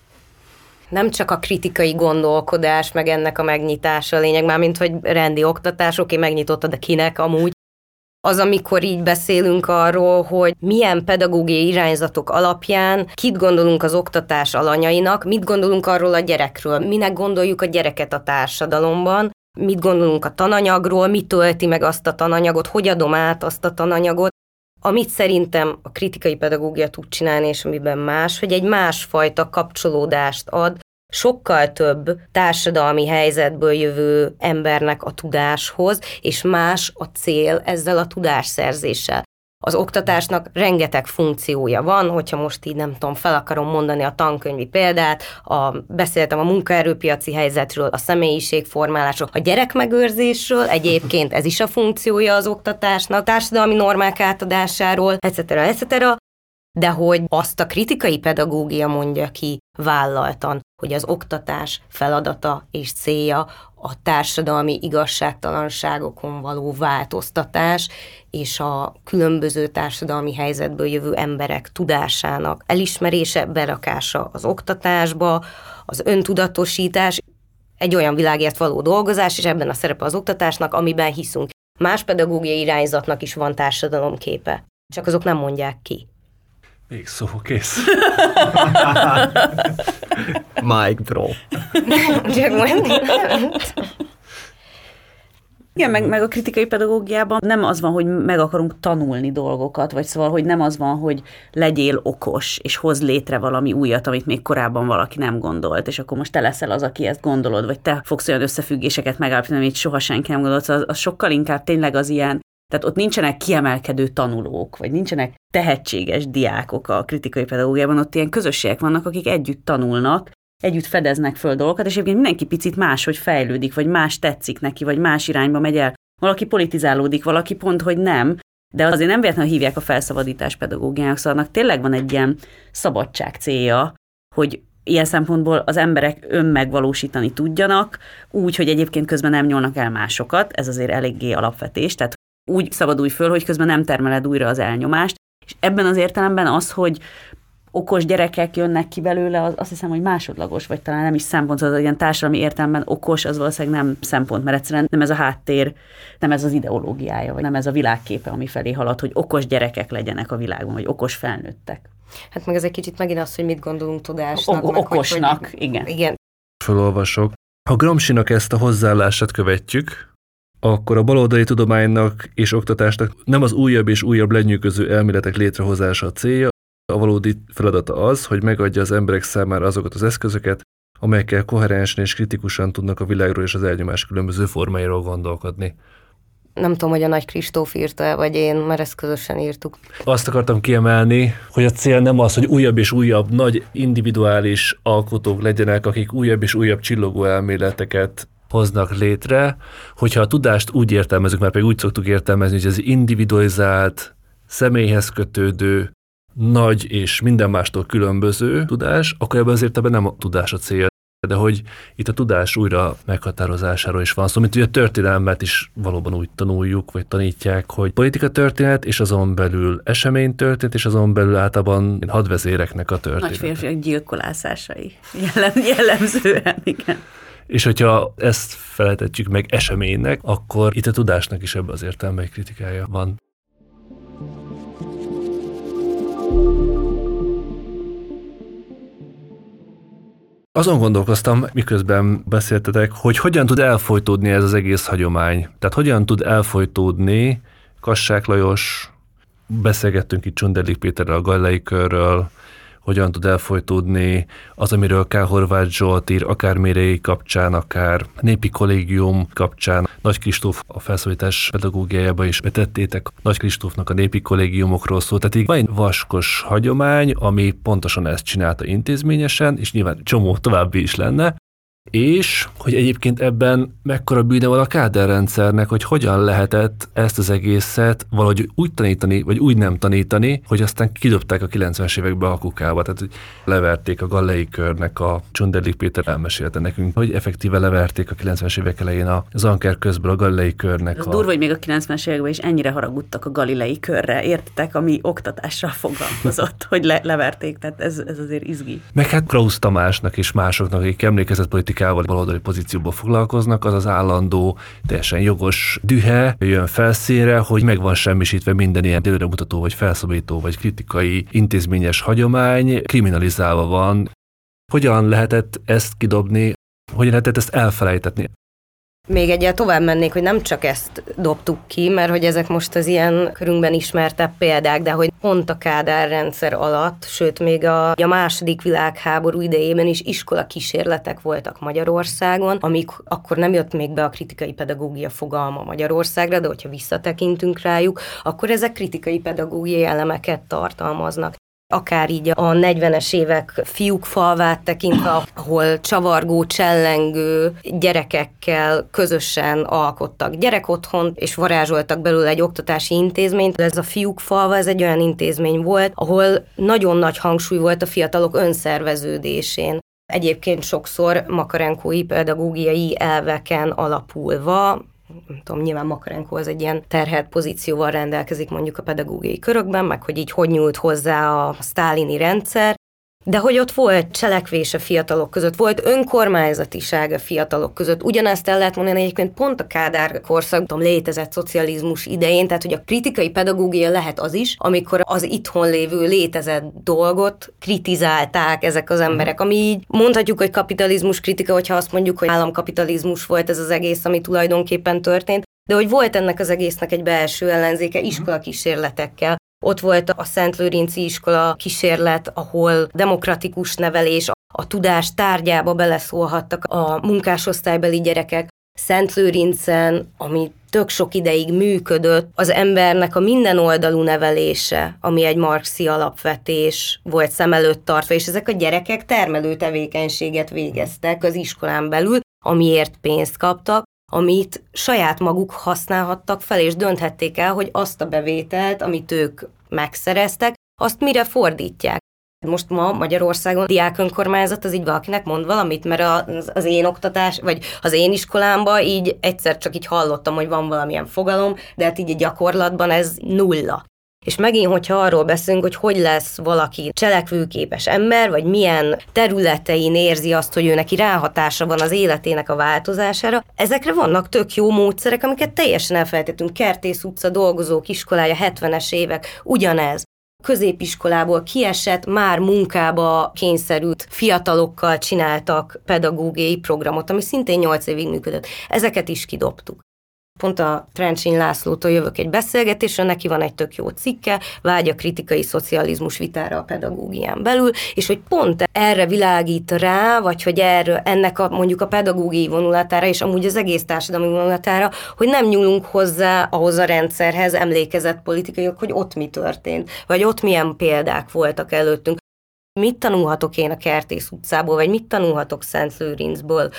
Nem csak a kritikai gondolkodás, meg ennek a megnyitása a lényeg, mármint, hogy rendi oktatás, oké, megnyitottad, de kinek amúgy. Az, amikor így beszélünk arról, hogy milyen pedagógiai irányzatok alapján kit gondolunk az oktatás alanyainak, mit gondolunk arról a gyerekről, minek gondoljuk a gyereket a társadalomban, mit gondolunk a tananyagról, mi tölti meg azt a tananyagot, hogy adom át azt a tananyagot, amit szerintem a kritikai pedagógia tud csinálni, és amiben más, hogy egy másfajta kapcsolódást ad sokkal több társadalmi helyzetből jövő embernek a tudáshoz, és más a cél ezzel a tudásszerzéssel. Az oktatásnak rengeteg funkciója van, hogyha most így nem tudom, fel akarom mondani a tankönyvi példát, beszéltem a munkaerőpiaci helyzetről, a személyiségformálásról, a gyerekmegőrzésről, egyébként ez is a funkciója az oktatásnak, társadalmi normák átadásáról, etc. De hogy azt a kritikai pedagógia mondja ki vállaltan, hogy az oktatás feladata és célja a társadalmi igazságtalanságokon való változtatás és a különböző társadalmi helyzetből jövő emberek tudásának elismerése, berakása az oktatásba, az öntudatosítás, egy olyan világért való dolgozás, és ebben a szerepe az oktatásnak, amiben hiszünk. Más pedagógiai irányzatnak is van társadalomképe, csak azok nem mondják ki. Még szó, kész. Mic drop. Igen, meg a kritikai pedagógiában nem az van, hogy meg akarunk tanulni dolgokat, vagy szóval, hogy nem az van, hogy legyél okos, és hoz létre valami újat, amit még korábban valaki nem gondolt, és akkor most te leszel az, aki ezt gondolod, vagy te fogsz olyan összefüggéseket megállapítani, amit soha senki nem gondolt, az sokkal inkább tényleg az ilyen, tehát ott nincsenek kiemelkedő tanulók, vagy nincsenek tehetséges diákok a kritikai pedagógiában, ott ilyen közösségek vannak, akik együtt tanulnak, együtt fedeznek föl dolgokat, és egyébként mindenki picit máshogy fejlődik, vagy más tetszik neki, vagy más irányba megy el. Valaki politizálódik, valaki pont, hogy nem, de azért nem véletlenül hívják a felszabadítás pedagógiának, szóval annak tényleg van egy ilyen szabadság célja, hogy ilyen szempontból az emberek önmegvalósítani tudjanak, úgy, hogy egyébként közben nem nyolnak el másokat, ez azért eléggé alapvetés, tehát úgy szabadulj föl, hogy közben nem termeled újra az elnyomást, és ebben az értelemben az, hogy okos gyerekek jönnek ki belőle, azt hiszem, hogy másodlagos, vagy talán nem is szempont, az ilyen társadalmi értelemben okos, az valószínűleg nem szempont, mert egyszerűen nem ez a háttér, nem ez az ideológiája, vagy nem ez a világképe, ami felé halad, hogy okos gyerekek legyenek a világban, vagy okos felnőttek. Hát meg ez egy kicsit megint az, hogy mit gondolunk tudásnak. Okosnak, igen. Igen. Felolvasok. Ha Gramscinak ezt a hozzáállását követjük, akkor a baloldali tudománynak és oktatásnak nem az újabb és újabb lenyűgöző elméletek létrehozása a célja, a valódi feladata az, hogy megadja az emberek számára azokat az eszközöket, amelyekkel koherensen és kritikusan tudnak a világról és az elnyomás különböző formáiról gondolkodni. Nem tudom, hogy a Nagy Kristóf írta, vagy én, mert ezt közösen írtuk. Azt akartam kiemelni, hogy a cél nem az, hogy újabb és újabb nagy individuális alkotók legyenek, akik újabb és újabb csillogó elméleteket hoznak létre, hogyha a tudást úgy értelmezünk, mert pedig úgy szoktuk értelmezni, hogy ez individualizált, személyhez kötődő, nagy és minden mástól különböző tudás, akkor ebben az értelemben nem a tudás a cél, de hogy itt a tudás újra meghatározásáról is van szó, mint ugye a történelmet is valóban úgy tanuljuk, vagy tanítják, hogy politikatörténet, és azon belül eseménytörténet, és azon belül általában hadvezéreknek a történet. Nagy férfiak gyilkolászásai jellemzően, igen. És hogyha ezt felejtetjük meg eseménynek, akkor itt a tudásnak is ebben az értelemben egy kritikája van. Azon gondolkoztam, miközben beszéltetek, hogy hogyan tud elfojtódni ez az egész hagyomány. Tehát hogyan tud elfojtódni Kassák Lajos, beszélgettünk itt Csunderlik Péterrel a Galileai Körről, hogyan tud elfojtódni az, amiről K. Horváth Zsolt ír, akár Mérei kapcsán, akár Népi Kollégium kapcsán. Nagy Kristóf a felszólítás pedagógiájába is betettétek. Nagy Kristófnak a népi kollégiumokról szól. Tehát így van egy vaskos hagyomány, ami pontosan ezt csinálta intézményesen, és nyilván csomó további is lenne. És hogy egyébként ebben mekkora bűne van a káderrendszernek, hogy hogyan lehetett ezt az egészet valahogy úgy tanítani, vagy úgy nem tanítani, hogy aztán kidobták a 90-es évekbe a kukába. Tehát hogy leverték a Galileai Körnek, a Csunderlik Péter elmesélte nekünk, hogy effektíve leverték a 90-es évek elején a Zanker közből a Galileai Körnek. Ez durva, hogy még a 90-es években is ennyire haragudtak a Galileai Körre, értitek, ami oktatással foglalkozott, hogy leverték, tehát ez azért izgi. Meg hát Krausz Tamásnak és másoknak, akik emlékezetpolitikával, baloldali pozícióból foglalkoznak, az az állandó, teljesen jogos dühe jön felszínre, hogy meg van semmisítve minden ilyen előremutató, vagy felszabadító, vagy kritikai intézményes hagyomány, kriminalizálva van. Hogyan lehetett ezt kidobni, hogyan lehetett ezt elfelejtetni? Még egyel tovább mennék, hogy nem csak ezt dobtuk ki, mert hogy ezek most az ilyen körünkben ismertebb példák, de hogy pont a Kádár rendszer alatt, sőt még a második világháború idejében is iskola kísérletek voltak Magyarországon, amik akkor nem jött még be a kritikai pedagógia fogalma Magyarországra, de hogyha visszatekintünk rájuk, akkor ezek kritikai pedagógiai elemeket tartalmaznak. Akár így a 40-es évek fiúk falvát tekintve, ahol csavargó, csellengő gyerekekkel közösen alkottak gyerekotthont, és varázsoltak belőle egy oktatási intézményt. Ez a fiúk falva, ez egy olyan intézmény volt, ahol nagyon nagy hangsúly volt a fiatalok önszerveződésén. Egyébként sokszor makarenkói pedagógiai elveken alapulva, nem tudom, nyilván Makarenko az egy ilyen terhelt pozícióval rendelkezik mondjuk a pedagógiai körökben, meg hogy így hogy nyúlt hozzá a sztálini rendszer, de hogy ott volt cselekvés a fiatalok között, volt önkormányzatiság a fiatalok között. Ugyanezt el lehet mondani egyébként pont a Kádár korszak, létezett szocializmus idején, tehát hogy a kritikai pedagógia lehet az is, amikor az itthon lévő létezett dolgot kritizálták ezek az emberek, ami így mondhatjuk, hogy kapitalizmus kritika, hogyha azt mondjuk, hogy államkapitalizmus volt ez az egész, ami tulajdonképpen történt, de hogy volt ennek az egésznek egy belső ellenzéke iskolakísérletekkel. Ott volt a Szentlőrinci iskola kísérlet, ahol demokratikus nevelés, a tudás tárgyába beleszólhattak a munkásosztálybeli gyerekek. Szentlőrincen, ami tök sok ideig működött, az embernek a minden oldalú nevelése, ami egy marxi alapvetés volt szem előtt tartva, és ezek a gyerekek termelő tevékenységet végeztek az iskolán belül, amiért pénzt kaptak, amit saját maguk használhattak fel, és dönthették el, hogy azt a bevételt, amit ők megszereztek, azt mire fordítják. Most ma Magyarországon diákönkormányzat az így valakinek mond valamit, mert az én oktatás, vagy az én iskolámban így egyszer csak így hallottam, hogy van valamilyen fogalom, de hát így a gyakorlatban ez nulla. És megint, hogyha arról beszélünk, hogy lesz valaki cselekvőképes ember, vagy milyen területein érzi azt, hogy ő neki ráhatása van az életének a változására, ezekre vannak tök jó módszerek, amiket teljesen elfelejtettünk. Kertész utca, Dolgozók iskolája, 70-es évek, ugyanez. Középiskolából kiesett, már munkába kényszerült fiatalokkal csináltak pedagógiai programot, ami szintén 8 évig működött. Ezeket is kidobtuk. Pont a Trencsén Lászlótól jövök egy beszélgetésre, neki van egy tök jó cikke, Vágy a kritikai szocializmus vitára a pedagógián belül, és hogy pont erre világít rá, vagy hogy ennek mondjuk a pedagógiai vonulatára, és amúgy az egész társadalmi vonulatára, hogy nem nyúlunk hozzá ahhoz a rendszerhez, emlékezett politikaiak, hogy ott mi történt, vagy ott milyen példák voltak előttünk. Mit tanulhatok én a Kertész utcából, vagy mit tanulhatok Szentlőrincből?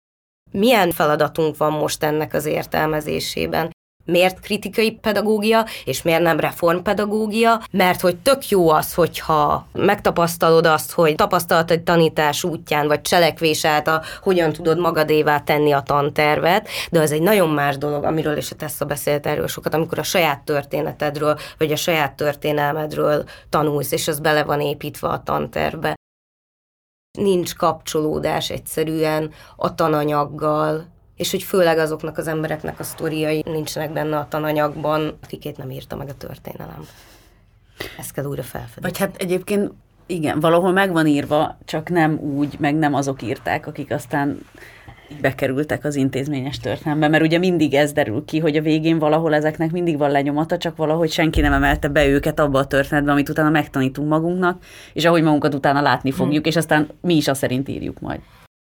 Milyen feladatunk van most ennek az értelmezésében? Miért kritikai pedagógia, és miért nem reformpedagógia? Mert hogy tök jó az, hogyha megtapasztalod azt, hogy tapasztalat egy tanítás útján, vagy cselekvés által hogyan tudod magadévá tenni a tantervet, de az egy nagyon más dolog, amiről is a Tessa beszélt erről sokat, amikor a saját történetedről, vagy a saját történelmedről tanulsz, és az bele van építve a tantervbe. Nincs kapcsolódás egyszerűen a tananyaggal, és hogy főleg azoknak az embereknek a sztoriai nincsenek benne a tananyagban, akikét nem írta meg a történelem. Ezt kell újra felfedezni. Vagy hát egyébként igen, valahol meg van írva, csak nem úgy, meg nem azok írták, akik aztán bekerültek az intézményes történelembe, mert ugye mindig ez derül ki, hogy a végén valahol ezeknek mindig van lenyomata, csak valahogy senki nem emelte be őket abba a történetbe, amit utána megtanítunk magunknak, és ahogy magunkat utána látni fogjuk, és aztán mi is azt szerint írjuk majd.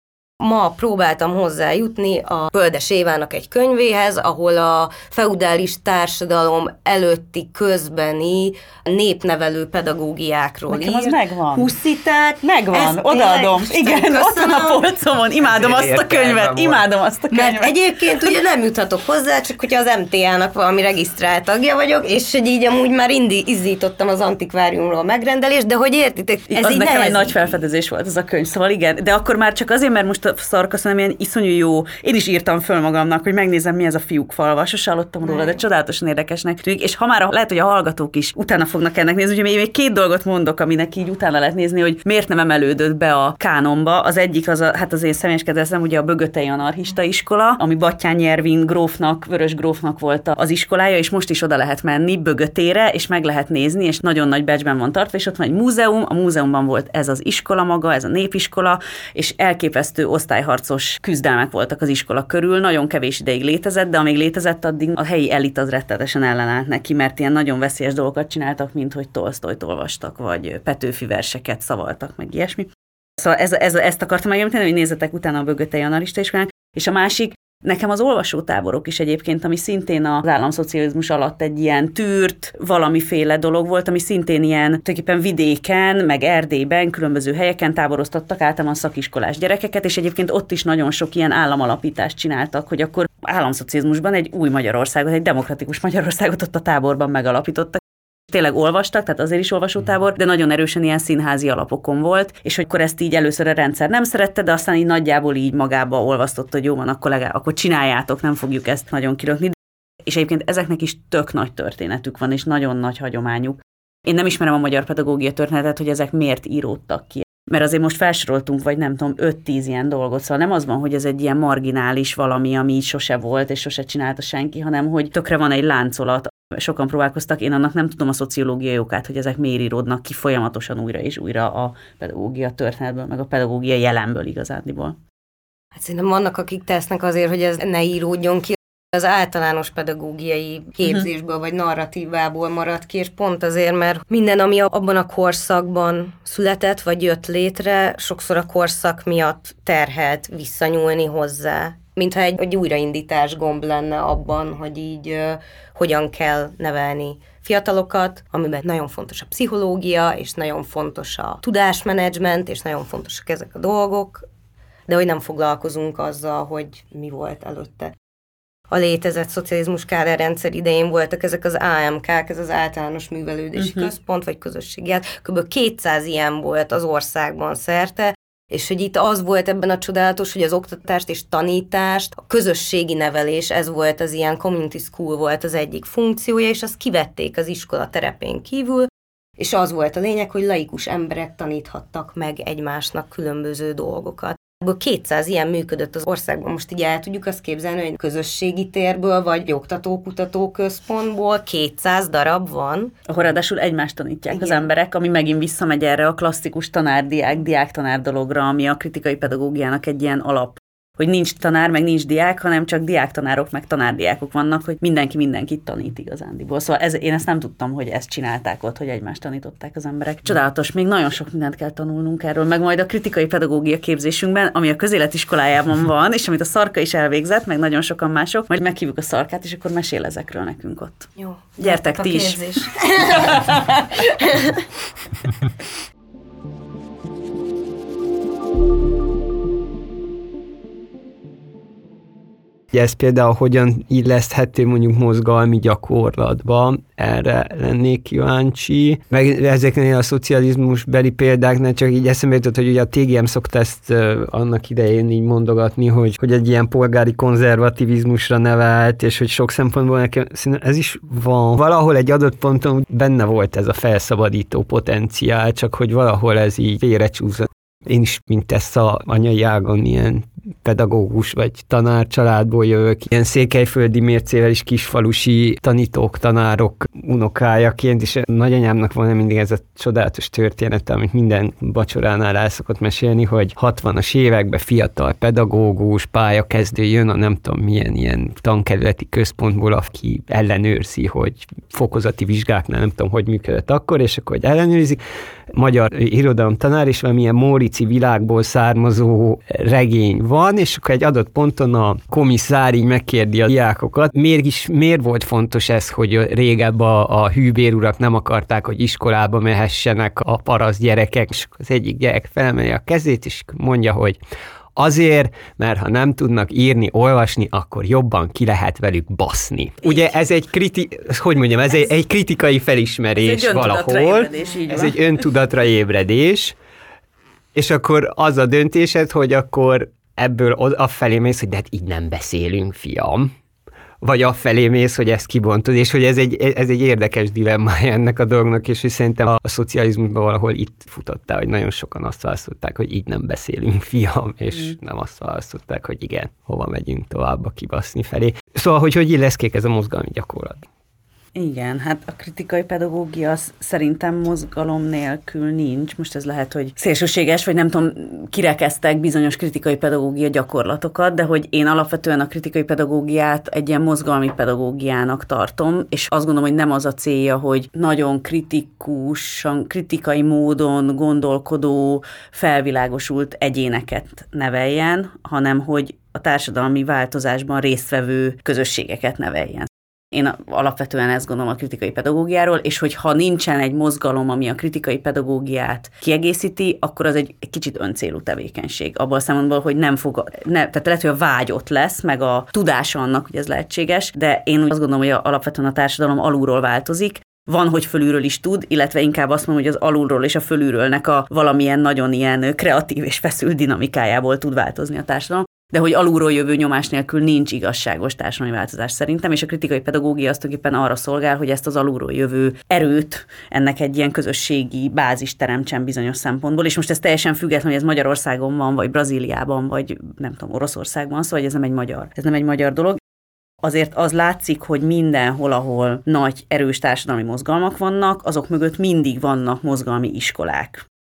Ma próbáltam hozzájutni a Földes Évának egy könyvéhez, ahol a feudális társadalom előtti közbeni népnevelő pedagógiákról ír. Az megvan. Husziták. Megvan, odaadom. Igen, ott van a polcomon. Imádom azt a könyvet. Imádom azt a könyvet. Mert egyébként ugye nem juthatok hozzá, csak hogyha az MTA-nak valami regisztrált tagja vagyok, és hogy így amúgy már izzítottam az antikváriumról megrendelést, de hogy értitek, ez az így nekem nehez. egy nagy felfedezés volt ez a könyv, szóval igen, de akkor már csak azért, mert most Szarkasz, hanem ilyen iszonyú jó. Én is írtam föl magamnak, hogy megnézem, mi ez a Fiúk falva. Sose hallottam róla, de csodálatosan érdekesnek tűnik. És ha már lehet, hogy a hallgatók is utána fognak ennek nézni, úgyhogy még 2 dolgot mondok, aminek így utána lehet nézni, hogy miért nem emelődött be a kánonba. Az egyik hát az én személyes kedvencem, ugye a Bögötei Anarchista iskola, ami Batthyány Ervin grófnak, Vörös grófnak volt az iskolája, és most is oda lehet menni Bögötére, és meg lehet nézni, és nagyon nagy becsben van tartva, és ott van egy múzeum, a múzeumban volt ez az iskola maga, ez a népiskola, és elképesztő osztályharcos küzdelmek voltak az iskola körül, nagyon kevés ideig létezett, de amíg létezett, addig a helyi elit az rettenetesen ellenállt neki, mert ilyen nagyon veszélyes dolgokat csináltak, mint hogy Tolsztojt olvastak, vagy Petőfi verseket szavaltak, meg ilyesmi. Szóval ezt akartam megemlíteni, hogy nézzetek utána a Bögötei Anarchista iskolán, és a másik, nekem az olvasótáborok is egyébként, ami szintén az államszocializmus alatt egy ilyen tűrt valamiféle dolog volt, ami szintén ilyen tulajdonképpen vidéken, meg Erdélyben, különböző helyeken táboroztattak általában szakiskolás gyerekeket, és egyébként ott is nagyon sok ilyen államalapítást csináltak, hogy akkor államszocializmusban egy új Magyarországot, egy demokratikus Magyarországot ott a táborban megalapítottak. Tényleg olvastak, tehát azért is olvasótábor, de nagyon erősen ilyen színházi alapokon volt, és akkor ezt így először a rendszer nem szerette, de aztán így nagyjából így magába olvasztott, hogy jó van, akkor csináljátok, nem fogjuk ezt nagyon kirökni. És egyébként ezeknek is tök nagy történetük van, és nagyon nagy hagyományuk. Én nem ismerem a magyar pedagógia történetet, hogy ezek miért íródtak ki. Mert azért most felsoroltunk, vagy nem tudom, 5-10 ilyen dolgot, szóval nem az van, hogy ez egy ilyen marginális valami, ami így sose volt, és sose csinálta senki, hanem hogy tökre van egy láncolat. Sokan próbálkoztak, én annak nem tudom a szociológiai okát, hogy ezek miért íródnak ki folyamatosan újra és újra a pedagógia történetből, meg a pedagógia jelenből igazándiból. Hát szerintem vannak, akik tesznek azért, hogy ez ne íródjon ki. az általános pedagógiai képzésből vagy narratívából maradt ki, és pont azért, mert minden, ami abban a korszakban született vagy jött létre, sokszor a korszak miatt terhelt visszanyúlni hozzá. Mintha egy újraindítás gomb lenne abban, hogy így hogyan kell nevelni fiatalokat, amiben nagyon fontos a pszichológia, és nagyon fontos a tudásmenedzsment, és nagyon fontosak ezek a dolgok, de hogy nem foglalkozunk azzal, hogy mi volt előtte. A létezett szocializmus káderrendszer idején voltak ezek az AMK-k, ez az általános művelődési központ, vagy közösséget. Kb. 200 ilyen volt az országban szerte, és hogy itt az volt ebben a csodálatos, hogy az oktatást és tanítást, a közösségi nevelés, ez volt az ilyen community school volt az egyik funkciója, és azt kivették az iskola terepén kívül, és az volt a lényeg, hogy laikus emberek taníthattak meg egymásnak különböző dolgokat. Ebből 200 ilyen működött az országban. Most így el tudjuk azt képzelni, hogy közösségi térből vagy oktató-kutató központból 200 darab van. Ahol ráadásul egymást tanítják az emberek, ami megint visszamegy erre a klasszikus tanár-diák-tanár dologra, ami a kritikai pedagógiának egy ilyen alap. Hogy nincs tanár, meg nincs diák, hanem csak diák-tanárok, meg tanárdiákok vannak, hogy mindenki mindenkit tanít igazándiból. Szóval én ezt nem tudtam, hogy ezt csinálták ott, hogy egymást tanították az emberek. Csodálatos, még nagyon sok mindent kell tanulnunk erről, meg majd a kritikai pedagógia képzésünkben, ami a közéletiskolájában van, és amit a Szarka is elvégzett, meg nagyon sokan mások, majd meghívjuk a Szarkát, és akkor mesél ezekről nekünk ott. Jó. Gyertek ti is. Ez például hogyan illeszthető mondjuk mozgalmi gyakorlatba, erre lennék kíváncsi. Meg ezeknél a szocializmus beli példáknál csak így eszembe jutott, hogy ugye a TGM szokta ezt annak idején így mondogatni, hogy egy ilyen polgári konzervativizmusra nevelt, és hogy sok szempontból nekem ez is van. Valahol egy adott ponton benne volt ez a felszabadító potenciál, csak hogy valahol ez így félrecsúszott. Én is, mint ezt a anyai ágon ilyen pedagógus vagy tanár családból jövök, ilyen székelyföldi mércével is kisfalusi tanítók, tanárok unokájaként, és nagyanyámnak van mindig ez a csodálatos történet, amit minden vacsoránál el szokott mesélni, hogy 60-as években fiatal pedagógus, pályakezdő jön a nem tudom milyen ilyen tankerületi központból, aki ellenőrzi, hogy fokozati vizsgáknál nem tudom, hogy működött akkor, és akkor hogy ellenőrizik, magyar irodalomtanár, és valamilyen mórici világból származó regény van, és akkor egy adott ponton a komisszár így megkérdi a diákokat, miért volt fontos ez, hogy régebb a hűbérurak nem akarták, hogy iskolába mehessenek a paraszt gyerekek, és az egyik gyerek felemeli a kezét, és mondja, hogy azért, mert ha nem tudnak írni, olvasni, akkor jobban ki lehet velük baszni. Ugye ez egy egy kritikai felismerés ez valahol. Ez egy öntudatra ébredés. És akkor az a döntésed, hogy akkor ebből afelé mész, hogy de hát így nem beszélünk, fiam. Vagy afelé mész, hogy ezt kibontod, és hogy ez egy érdekes dilemmája ennek a dolognak, és hogy szerintem a szocializmusban valahol itt futottál, hogy nagyon sokan azt választották, hogy így nem beszélünk, fiam, és nem azt választották, hogy igen, hova megyünk tovább a kibaszni felé. Szóval, hogy illeszkék ez a mozgalmi gyakorlat. Igen, hát a kritikai pedagógia szerintem mozgalom nélkül nincs. Most ez lehet, hogy szélsőséges, vagy nem tudom, kirekeztek bizonyos kritikai pedagógia gyakorlatokat, de hogy én alapvetően a kritikai pedagógiát egy ilyen mozgalmi pedagógiának tartom, és azt gondolom, hogy nem az a célja, hogy nagyon kritikusan, kritikai módon gondolkodó, felvilágosult egyéneket neveljen, hanem hogy a társadalmi változásban résztvevő közösségeket neveljen. Én alapvetően ezt gondolom a kritikai pedagógiáról, és hogyha nincsen egy mozgalom, ami a kritikai pedagógiát kiegészíti, akkor az egy kicsit öncélú tevékenység. Abban a szempontból, hogy tehát lehet, hogy a vágy ott lesz, meg a tudása annak, hogy ez lehetséges, de én azt gondolom, hogy alapvetően a társadalom alulról változik. Van, hogy fölülről is tud, illetve inkább azt mondom, hogy az alulról és a fölülrőlnek a valamilyen nagyon ilyen kreatív és feszült dinamikájából tud változni a társadalom. De hogy alulról jövő nyomás nélkül nincs igazságos társadalmi változás szerintem, és a kritikai pedagógia azt tulajdonképpen arra szolgál, hogy ezt az alulról jövő erőt, ennek egy ilyen közösségi bázist teremtsen bizonyos szempontból, és most ez teljesen független, hogy ez Magyarországon van, vagy Brazíliában, vagy nem tudom, Oroszországban, szóval ez nem egy magyar dolog. Azért az látszik, hogy mindenhol, ahol nagy, erős társadalmi mozgalmak vannak, azok mögött mindig vannak mozgalmi iskolák.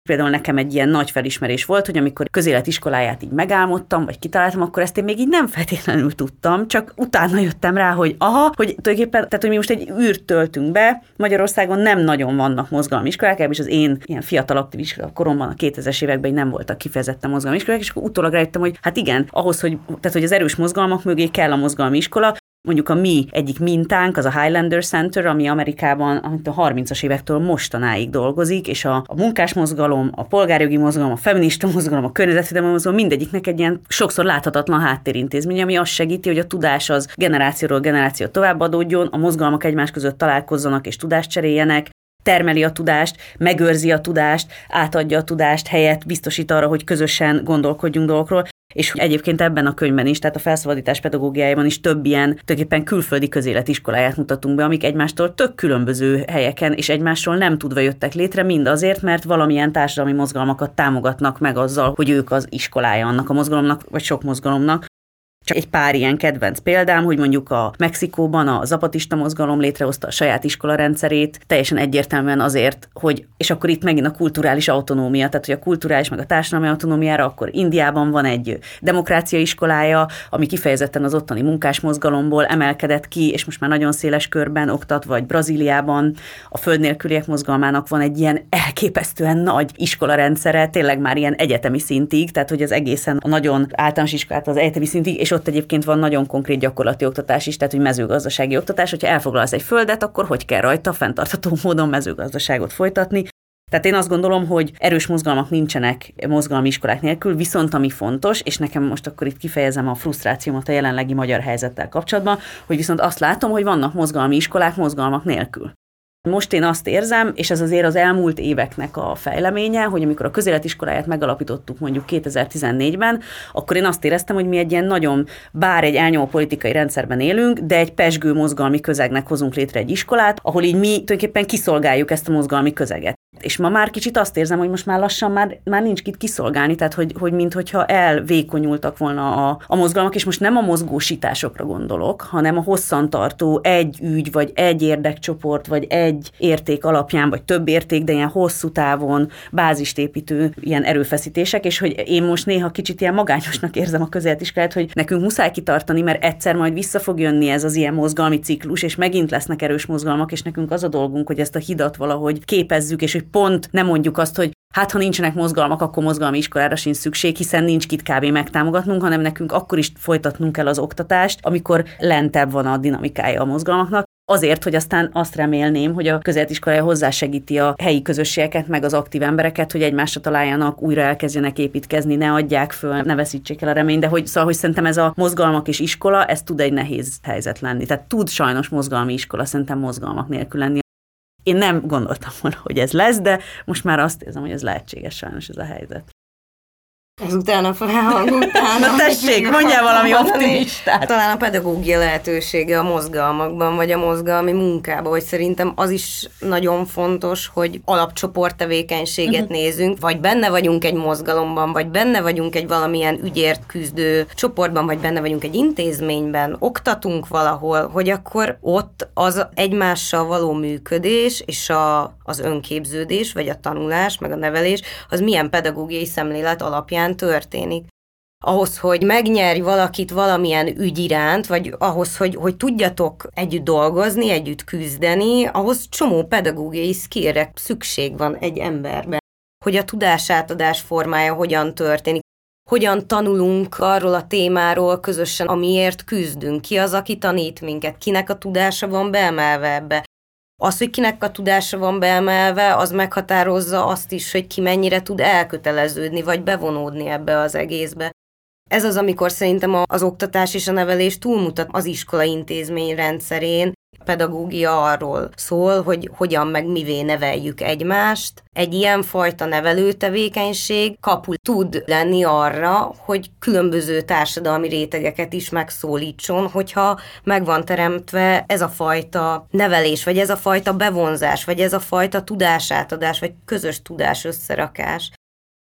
Például nekem egy ilyen nagy felismerés volt, hogy amikor közéletiskoláját így megálmodtam, vagy kitaláltam, akkor ezt én még így nem feltétlenül tudtam, csak utána jöttem rá, hogy hogy tulajdonképpen, tehát hogy mi most egy űrt töltünk be, Magyarországon nem nagyon vannak mozgalmi iskolák, és az én ilyen fiatal aktivista koromban, a 2000-es években nem voltak kifejezetten mozgalmi iskolák, és akkor utólag rájöttem, hogy hát igen, ahhoz, hogy az erős mozgalmak mögé kell a mozgalmi iskola. Mondjuk a mi egyik mintánk, az a Highlander Center, ami Amerikában a 30-as évektől mostanáig dolgozik, és a munkásmozgalom, a polgárjogi mozgalom, a feminista mozgalom, a környezetvédelmi mozgalom, mindegyiknek egy ilyen sokszor láthatatlan háttérintézmény, ami azt segíti, hogy a tudás az generációról generáció továbbadódjon, a mozgalmak egymás között találkozzanak és tudást cseréljenek, termeli a tudást, megőrzi a tudást, átadja a tudást, helyet biztosít arra, hogy közösen gondolkodjunk dolgokról. És egyébként ebben a könyvben is, tehát a felszabadítás pedagógiájában is több ilyen tulajdonképpen külföldi közéletiskoláját mutatunk be, amik egymástól tök különböző helyeken és egymásról nem tudva jöttek létre, mind azért, mert valamilyen társadalmi mozgalmakat támogatnak meg azzal, hogy ők az iskolája annak a mozgalomnak, vagy sok mozgalomnak. Csak egy pár ilyen kedvenc példám, hogy mondjuk a Mexikóban a zapatista mozgalom létrehozta a saját iskolarendszerét, teljesen egyértelműen azért, hogy, és akkor itt megint a kulturális autonómia, tehát hogy a kulturális meg a társadalmi autonómiára, akkor Indiában van egy demokrácia iskolája, ami kifejezetten az ottani munkásmozgalomból emelkedett ki, és most már nagyon széles körben oktat, vagy Brazíliában a földnélküliek mozgalmának van egy ilyen elképesztően nagy iskolarendszere, tényleg már ilyen egyetemi szintig, tehát hogy az egészen a nagyon általános iskolát az egyetemi szintig, és ott egyébként van nagyon konkrét gyakorlati oktatás is, tehát hogy mezőgazdasági oktatás, hogyha elfoglalsz egy földet, akkor hogy kell rajta fenntartható módon mezőgazdaságot folytatni. Tehát én azt gondolom, hogy erős mozgalmak nincsenek mozgalmi iskolák nélkül, viszont ami fontos, és nekem most akkor itt kifejezem a frusztrációmat a jelenlegi magyar helyzettel kapcsolatban, hogy viszont azt látom, hogy vannak mozgalmi iskolák mozgalmak nélkül. Most én azt érzem, és ez azért az elmúlt éveknek a fejleménye, hogy amikor a közéletiskoláját megalapítottuk mondjuk 2014-ben, akkor én azt éreztem, hogy mi egy ilyen nagyon, bár egy elnyomó politikai rendszerben élünk, de egy pezsgő mozgalmi közegnek hozunk létre egy iskolát, ahol így mi tulajdonképpen kiszolgáljuk ezt a mozgalmi közeget. És ma már kicsit azt érzem, hogy most már lassan már nincs kit kiszolgálni, tehát hogy minthogyha elvékonyultak volna a mozgalmak, és most nem a mozgósításokra gondolok, hanem a hosszantartó egy ügy, vagy egy érdekcsoport, vagy egy érték alapján, vagy több érték, de ilyen hosszú távon bázist építő ilyen erőfeszítések, és hogy én most néha kicsit ilyen magányosnak érzem a közéletiskolát, hogy nekünk muszáj kitartani, mert egyszer majd vissza fog jönni ez az ilyen mozgalmi ciklus, és megint lesznek erős mozgalmak, és nekünk az a dolgunk, hogy ezt a hidat valahogy képezzük, és hogy pont nem mondjuk azt, hogy hát ha nincsenek mozgalmak, akkor mozgalmi iskolára sincs szükség, hiszen nincs kit kb. Megtámogatnunk, hanem nekünk akkor is folytatnunk kell az oktatást, amikor lentebb van a dinamikája a mozgalmaknak. Azért, hogy aztán azt remélném, hogy a közéletiskolája hozzásegíti a helyi közösségeket, meg az aktív embereket, hogy egymásra találjanak, újra elkezdjenek építkezni, ne adják föl, ne veszítsék el a reményt, de hogy szerintem ez a mozgalmak és iskola, ez tud egy nehéz helyzet lenni. Tehát tud sajnos mozgalmi iskola szerintem mozgalmak nélkül lenni. Én nem gondoltam volna, hogy ez lesz, de most már azt érzem, hogy ez lehetséges sajnos ez a helyzet. Ezután a felhang után. Na tessék, mondjál valami optimistát. Talán a pedagógia lehetősége a mozgalmakban, vagy a mozgalmi munkában, hogy szerintem az is nagyon fontos, hogy alapcsoport tevékenységet nézünk, vagy benne vagyunk egy mozgalomban, vagy benne vagyunk egy valamilyen ügyért küzdő csoportban, vagy benne vagyunk egy intézményben, oktatunk valahol, hogy akkor ott az egymással való működés, és az önképződés, vagy a tanulás, meg a nevelés, az milyen pedagógiai szemlélet alapján történik. Ahhoz, hogy megnyerj valakit valamilyen ügy iránt, vagy ahhoz, hogy tudjatok együtt dolgozni, együtt küzdeni, ahhoz csomó pedagógiai skillre szükség van egy emberben. Hogy a tudásátadás formája hogyan történik, hogyan tanulunk arról a témáról közösen, amiért küzdünk, ki az, aki tanít minket, kinek a tudása van beemelve ebbe. Az, hogy kinek a tudása van beemelve, az meghatározza azt is, hogy ki mennyire tud elköteleződni, vagy bevonódni ebbe az egészbe. Ez az, amikor szerintem az oktatás és a nevelés túlmutat az iskola intézmény rendszerén. A pedagógia arról szól, hogy hogyan meg mivé neveljük egymást. Egy ilyen fajta nevelő tevékenység kapu tud lenni arra, hogy különböző társadalmi rétegeket is megszólítson, hogyha meg van teremtve ez a fajta nevelés, vagy ez a fajta bevonzás, vagy ez a fajta tudásátadás, vagy közös tudás összerakás.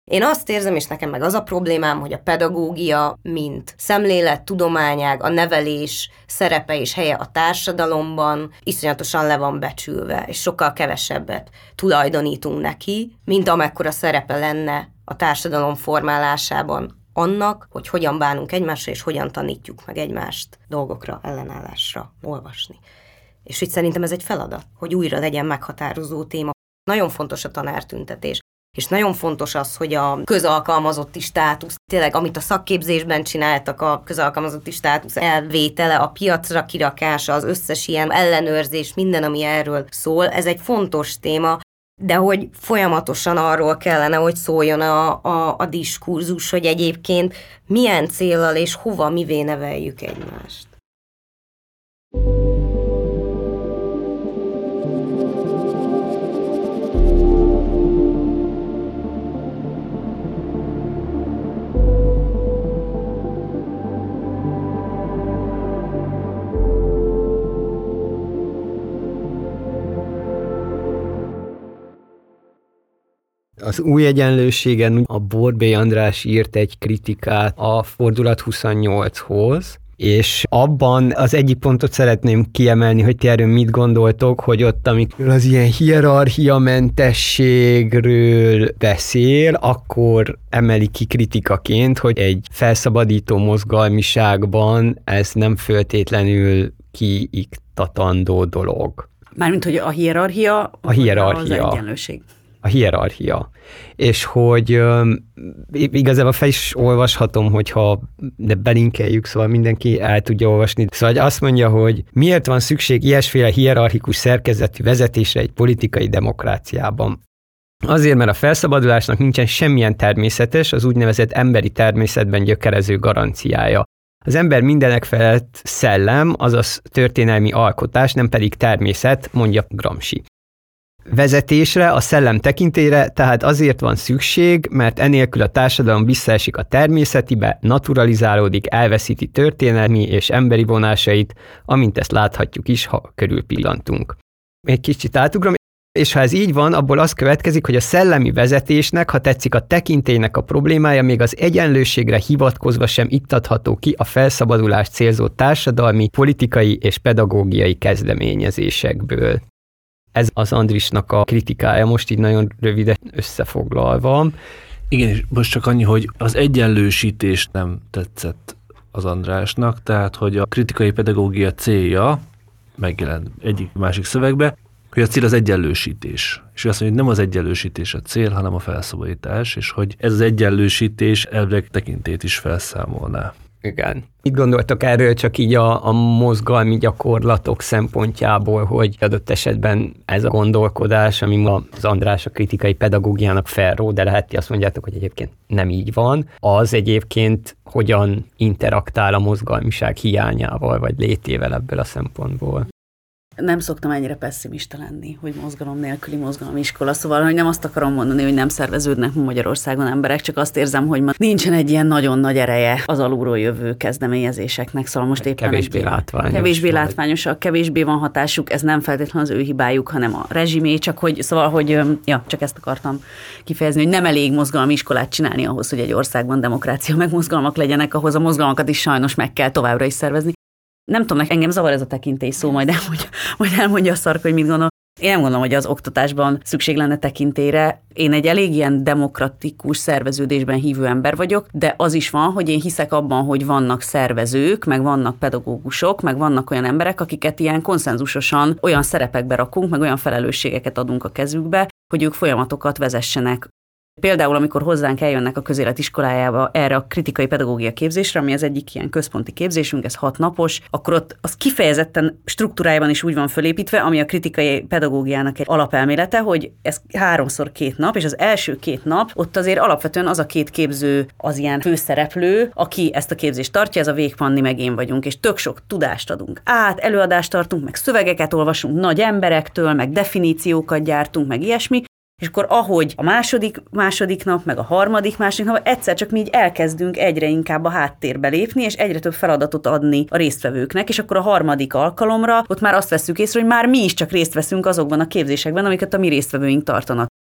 Én azt érzem, és nekem meg az a problémám, hogy a pedagógia, mint szemlélet, tudományág, a nevelés szerepe és helye a társadalomban iszonyatosan le van becsülve, és sokkal kevesebbet tulajdonítunk neki, mint amekkora szerepe lenne a társadalom formálásában annak, hogy hogyan bánunk egymással, és hogyan tanítjuk meg egymást dolgokra, ellenállásra, olvasni. És itt szerintem ez egy feladat, hogy újra legyen meghatározó téma. Nagyon fontos a tanártüntetés, és nagyon fontos az, hogy a közalkalmazotti státusz, tényleg amit a szakképzésben csináltak, a közalkalmazotti státusz elvétele, a piacra kirakása, az összes ilyen ellenőrzés, minden, ami erről szól, ez egy fontos téma, de hogy folyamatosan arról kellene, hogy szóljon a diskurzus, hogy egyébként milyen céllal és hova, mivé neveljük egymást. Az új egyenlőségen a Borbély András írt egy kritikát a Fordulat 28-hoz, és abban az egyik pontot szeretném kiemelni, hogy ti erről mit gondoltok, hogy ott, amikor az ilyen hierarchiamentességről beszél, akkor emeli ki kritikaként, hogy egy felszabadító mozgalmiságban ez nem feltétlenül kiiktatandó dolog. Mármint, hogy a hierarchia, az egyenlőség. A hierarchia. És hogy igazából fel is olvashatom, de belinkeljük, szóval mindenki el tudja olvasni. Szóval azt mondja, hogy miért van szükség ilyesféle hierarchikus szerkezetű vezetésre egy politikai demokráciában. Azért, mert a felszabadulásnak nincsen semmilyen természetes, az úgynevezett emberi természetben gyökerező garanciája. Az ember mindenek felett szellem, azaz történelmi alkotás, nem pedig természet, mondja Gramsci. Vezetésre, a szellem tekintélyre tehát azért van szükség, mert enélkül a társadalom visszaesik a természetibe, naturalizálódik, elveszíti történelmi és emberi vonásait, amint ezt láthatjuk is, ha körülpillantunk. Egy kicsit átugrom, és ha ez így van, abból az következik, hogy a szellemi vezetésnek, ha tetszik a tekintélynek a problémája, még az egyenlőségre hivatkozva sem iktatható ki a felszabadulást célzó társadalmi, politikai és pedagógiai kezdeményezésekből. Ez az Andrisnak a kritikája, most így nagyon röviden összefoglalva. Igen, és most csak annyi, hogy az egyenlősítés nem tetszett az Andrásnak, tehát hogy a kritikai pedagógia célja, megjelent egyik másik szövegbe, hogy a cél az egyenlősítés. És azt mondja, hogy nem az egyenlősítés a cél, hanem a felszabadítás, és hogy ez az egyenlősítés elvileg tekintélyt is felszámolná. Igen. Mit gondoltak erről csak így a mozgalmi gyakorlatok szempontjából, hogy adott esetben ez a gondolkodás, ami ma az András a kritikai pedagógiának felró, de lehet, hogy azt mondjátok, hogy egyébként nem így van, az egyébként hogyan interaktál a mozgalmiság hiányával, vagy létével ebből a szempontból? Nem szoktam ennyire pesszimista lenni, hogy mozgalom nélküli mozgalomiskola, szóval hogy nem azt akarom mondani, hogy nem szerveződnek Magyarországon emberek, csak azt érzem, hogy ma nincsen egy ilyen nagyon nagy ereje az alulról jövő kezdeményezéseknek, szóval most éppen kevésbé látványosak, kevésbé van hatásuk, ez nem feltétlenül az ő hibájuk, hanem a rezsimé, csak hogy szóval, hogy csak ezt akartam kifejezni, hogy nem elég mozgalomiskolát csinálni ahhoz, hogy egy országban demokrácia meg mozgalmak legyenek, ahhoz a mozgalmakat is sajnos meg kell továbbra is szervezni. Nem tudom, engem zavar ez a tekintély szó, majd elmondja a Szarka, hogy mit gondol. Én nem gondolom, hogy az oktatásban szükség lenne tekintélyre. Én egy elég ilyen demokratikus szerveződésben hívő ember vagyok, de az is van, hogy én hiszek abban, hogy vannak szervezők, meg vannak pedagógusok, meg vannak olyan emberek, akiket ilyen konszenzusosan olyan szerepekbe rakunk, meg olyan felelősségeket adunk a kezükbe, hogy ők folyamatokat vezessenek. Például, amikor hozzánk eljönnek a közélet iskolájába erre a kritikai pedagógia képzésre, ami az egyik ilyen központi képzésünk, ez 6 napos, akkor ott az kifejezetten struktúrájában is úgy van fölépítve, ami a kritikai pedagógiának egy alapelmélete, hogy ez 3x2 nap, és az első 2 nap ott azért alapvetően az a 2 képző, az ilyen főszereplő, aki ezt a képzést tartja, ez a Végpanni meg én vagyunk, és tök sok tudást adunk át, előadást tartunk, meg szövegeket olvasunk nagy emberektől, meg definíciókat gyártunk, meg ilyesmi. És akkor ahogy a második nap, meg a harmadik nap, egyszer csak mi így elkezdünk egyre inkább a háttérbe lépni, és egyre több feladatot adni a résztvevőknek, és akkor a harmadik alkalomra ott már azt vesszük észre, hogy már mi is csak részt veszünk azokban a képzésekben, amiket a mi résztvevőink tartanak.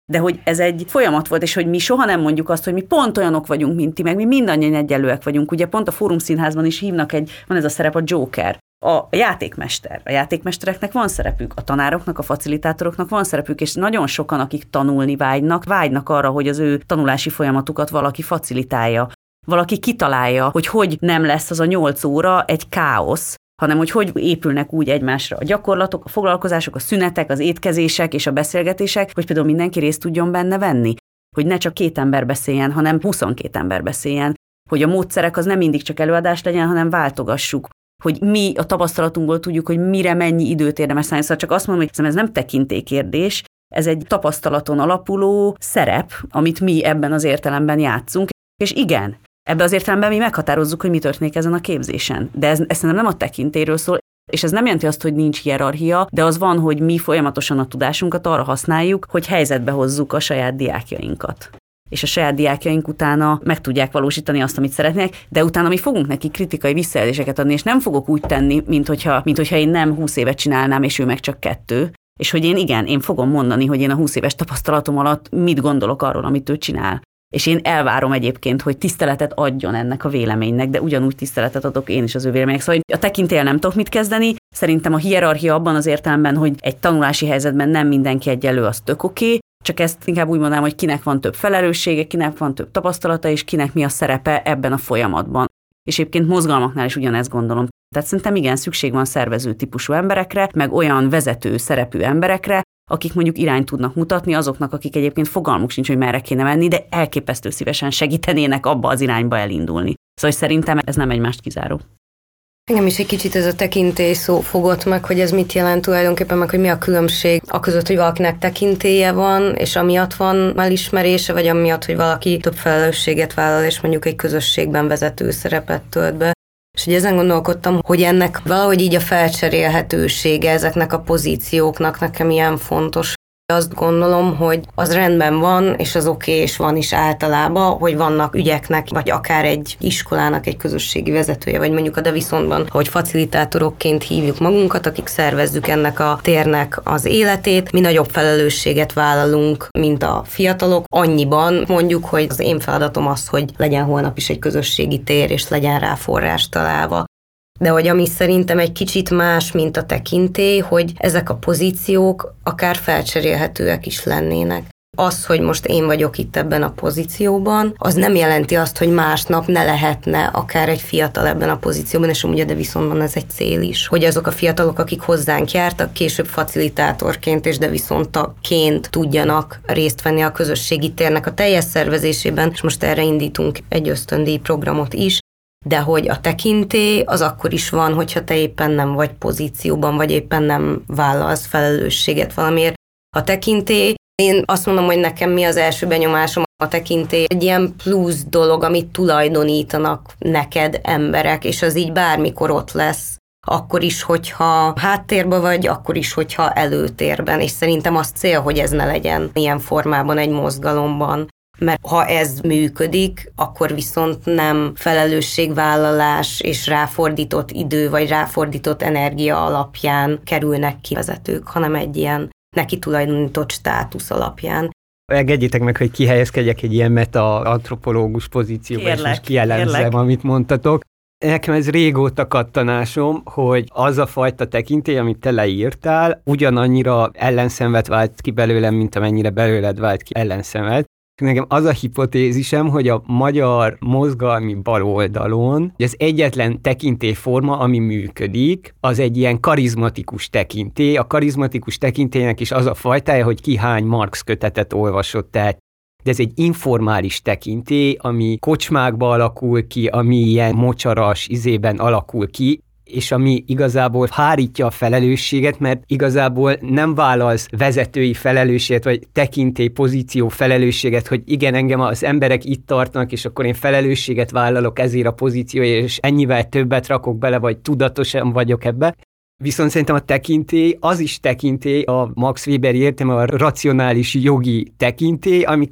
De hogy ez egy folyamat volt, és hogy mi soha nem mondjuk azt, hogy mi pont olyanok vagyunk, mint ti, meg mi mindannyian egyenlőek vagyunk. Ugye pont a Fórum Színházban is hívnak van ez a szerep, a Joker, a játékmester. A játékmestereknek van szerepük, a tanároknak, a facilitátoroknak van szerepük, és nagyon sokan, akik tanulni vágynak arra, hogy az ő tanulási folyamatukat valaki facilitálja. Valaki kitalálja, hogy nem lesz az a 8 óra egy káosz, hanem hogy épülnek úgy egymásra a gyakorlatok, a foglalkozások, a szünetek, az étkezések és a beszélgetések, hogy például mindenki részt tudjon benne venni. Hogy ne csak 2 ember beszéljen, hanem 22 ember beszéljen. Hogy a módszerek az nem mindig csak előadás legyen, hanem váltogassuk. Hogy mi a tapasztalatunkból tudjuk, hogy mire mennyi időt érdemes szállni. Szóval csak azt mondom, hogy ez nem tekintélykérdés, ez egy tapasztalaton alapuló szerep, amit mi ebben az értelemben játszunk. És igen, ebben az értelemben mi meghatározzuk, hogy mi történik ezen a képzésen. De ez szerintem nem a tekintélyről szól, és ez nem jelenti azt, hogy nincs hierarchia, de az van, hogy mi folyamatosan a tudásunkat arra használjuk, hogy helyzetbe hozzuk a saját diákjainkat. És a saját diákjaink utána meg tudják valósítani azt, amit szeretnék, de utána mi fogunk neki kritikai visszajelzéseket adni, és nem fogok úgy tenni, mint hogyha én nem 20 évet csinálnám, és ő meg csak 2. És hogy én fogom mondani, hogy én a 20 éves tapasztalatom alatt mit gondolok arról, amit ő csinál. És én elvárom egyébként, hogy tiszteletet adjon ennek a véleménynek, de ugyanúgy tiszteletet adok én is az ő véleménynek. Szóval a tekintéllyel nem tudok mit kezdeni. Szerintem a hierarchia abban az értelemben, hogy egy tanulási helyzetben nem mindenki egyenlő, az tök oké. Csak ezt inkább úgy mondanám, hogy kinek van több felelőssége, kinek van több tapasztalata, és kinek mi a szerepe ebben a folyamatban. És egyébként mozgalmaknál is ugyanezt gondolom. Tehát szerintem igen, szükség van szervező típusú emberekre, meg olyan vezető szerepű emberekre, akik mondjuk irányt tudnak mutatni azoknak, akik egyébként fogalmuk sincs, hogy merre kéne menni, de elképesztő szívesen segítenének abba az irányba elindulni. Szóval szerintem ez nem egymást kizáró. Engem is egy kicsit ez a tekintély szó fogott meg, hogy ez mit jelent tulajdonképpen, meg hogy mi a különbség a között, hogy valakinek tekintélye van, és amiatt van elismerése, vagy amiatt, hogy valaki több felelősséget vállal, és mondjuk egy közösségben vezető szerepet tölt be. És ugye ezen gondolkodtam, hogy ennek valahogy így a felcserélhetősége ezeknek a pozícióknak nekem ilyen fontos. Azt gondolom, hogy az rendben van, és az oké, és van is általában, hogy vannak ügyeknek, vagy akár egy iskolának egy közösségi vezetője, vagy mondjuk a De Viszontban, hogy facilitátorokként hívjuk magunkat, akik szervezzük ennek a térnek az életét. Mi nagyobb felelősséget vállalunk, mint a fiatalok. Annyiban mondjuk, hogy az én feladatom az, hogy legyen holnap is egy közösségi tér, és legyen rá forrás találva. De hogy ami szerintem egy kicsit más, mint a tekintély, hogy ezek a pozíciók akár felcserélhetőek is lennének. Az, hogy most én vagyok itt ebben a pozícióban, az nem jelenti azt, hogy másnap ne lehetne akár egy fiatal ebben a pozícióban, és amúgy de Viszontban ez egy cél is. Hogy azok a fiatalok, akik hozzánk jártak, később facilitátorként és de Viszontként tudjanak részt venni a közösségi térnek a teljes szervezésében, és most erre indítunk egy ösztöndíj programot is, de hogy a tekintély az akkor is van, hogyha te éppen nem vagy pozícióban, vagy éppen nem vállalsz felelősséget valamiért. A tekintély, én azt mondom, hogy nekem mi az első benyomásom, a tekintély egy ilyen plusz dolog, amit tulajdonítanak neked emberek, és az így bármikor ott lesz. Akkor is, hogyha háttérben vagy, akkor is, hogyha előtérben. És szerintem az cél, hogy ez ne legyen ilyen formában egy mozgalomban. Mert ha ez működik, akkor viszont nem felelősségvállalás és ráfordított idő vagy ráfordított energia alapján kerülnek ki vezetők, hanem egy ilyen neki tulajdonított státusz alapján. Engedjétek meg, hogy kihelyezkedjek egy ilyen meta-antropológus pozícióba, és most kijelenzem, amit mondtatok. Nekem ez régóta kattanásom, hogy az a fajta tekintély, amit te leírtál, ugyanannyira ellenszenvet vált ki belőlem, mint amennyire belőled vált ki ellenszenvet. Nekem az a hipotézisem, hogy a magyar mozgalmi baloldalon az egyetlen tekintélyforma, ami működik, az egy ilyen karizmatikus tekintély. A karizmatikus tekintélynek is az a fajtája, hogy ki hány Marx kötetet olvasott, tehát de ez egy informális tekintély, ami kocsmákba alakul ki, ami ilyen mocsaras izében alakul ki, és ami igazából hárítja a felelősséget, mert igazából nem vállalsz vezetői felelősséget, vagy tekintély pozíció felelősséget, hogy igen, engem az emberek itt tartnak, és akkor én felelősséget vállalok ezért a pozícióért, és ennyivel többet rakok bele, vagy tudatosan vagyok ebbe. Viszont szerintem a tekintély, az is tekintély, a Max Weber értelme a racionális jogi tekintély, amikor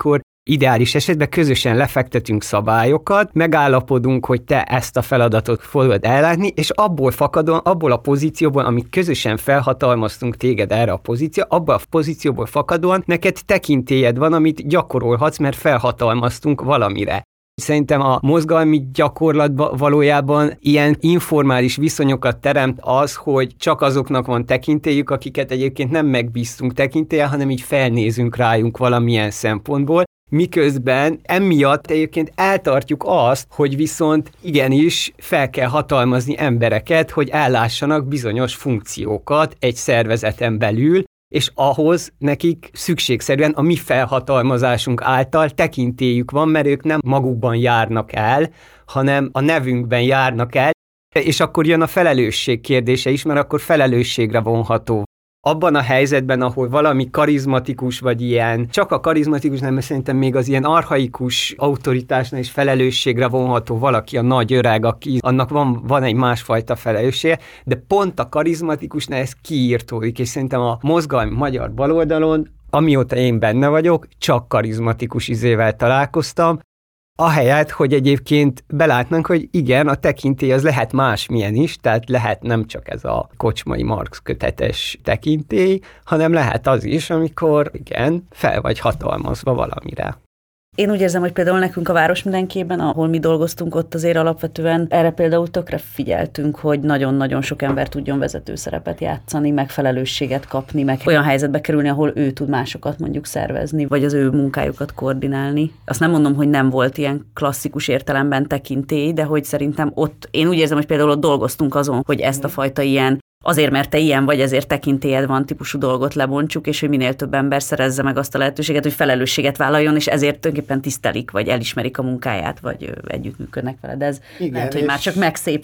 Ideális esetben közösen lefektetünk szabályokat, megállapodunk, hogy te ezt a feladatot fogod ellátni, és abból a pozícióból, amit közösen felhatalmaztunk téged erre a pozíció, abból a pozícióból fakadóan neked tekintélyed van, amit gyakorolhatsz, mert felhatalmaztunk valamire. Szerintem a mozgalmi gyakorlatban valójában ilyen informális viszonyokat teremt az, hogy csak azoknak van tekintélyük, akiket egyébként nem megbíztunk tekintéllyel, hanem így felnézünk rájunk valamilyen szempontból, miközben emiatt egyébként eltartjuk azt, hogy viszont igenis fel kell hatalmazni embereket, hogy ellássanak bizonyos funkciókat egy szervezeten belül, és ahhoz nekik szükségszerűen a mi felhatalmazásunk által tekintélyük van, mert ők nem magukban járnak el, hanem a nevünkben járnak el, és akkor jön a felelősség kérdése is, mert akkor felelősségre vonható. Abban a helyzetben, ahol valami karizmatikus, vagy ilyen, csak a karizmatikus, nem, mert szerintem még az ilyen archaikus autoritásnál is felelősségre vonható valaki, a nagy öreg, aki annak van egy másfajta felelőssége, de pont a karizmatikusnál ez kiírtódik, és szerintem a mozgalmi magyar baloldalon, amióta én benne vagyok, csak karizmatikus izével találkoztam, ahelyett, hogy egyébként belátnánk, hogy igen, a tekintély az lehet másmilyen is, tehát lehet nem csak ez a kocsmai Marx kötetes tekintély, hanem lehet az is, amikor igen, fel vagy hatalmazva valamire. Én úgy érzem, hogy például nekünk a Város Mindenkiében, ahol mi dolgoztunk, ott azért alapvetően erre például tökre figyeltünk, hogy nagyon-nagyon sok ember tudjon vezető szerepet játszani, meg felelősséget kapni, meg olyan helyzetbe kerülni, ahol ő tud másokat mondjuk szervezni, vagy az ő munkájukat koordinálni. Azt nem mondom, hogy nem volt ilyen klasszikus értelemben tekintély, de hogy szerintem ott, én úgy érzem, hogy például ott dolgoztunk azon, hogy ezt a fajta ilyen azért, mert te ilyen vagy, ezért tekintélyed van típusú dolgot lebontsuk, és hogy minél több ember szerezze meg azt a lehetőséget, hogy felelősséget vállaljon, és ezért tulajdonképpen tisztelik, vagy elismerik a munkáját, vagy együttműködnek vele. De ez lehet, hogy már csak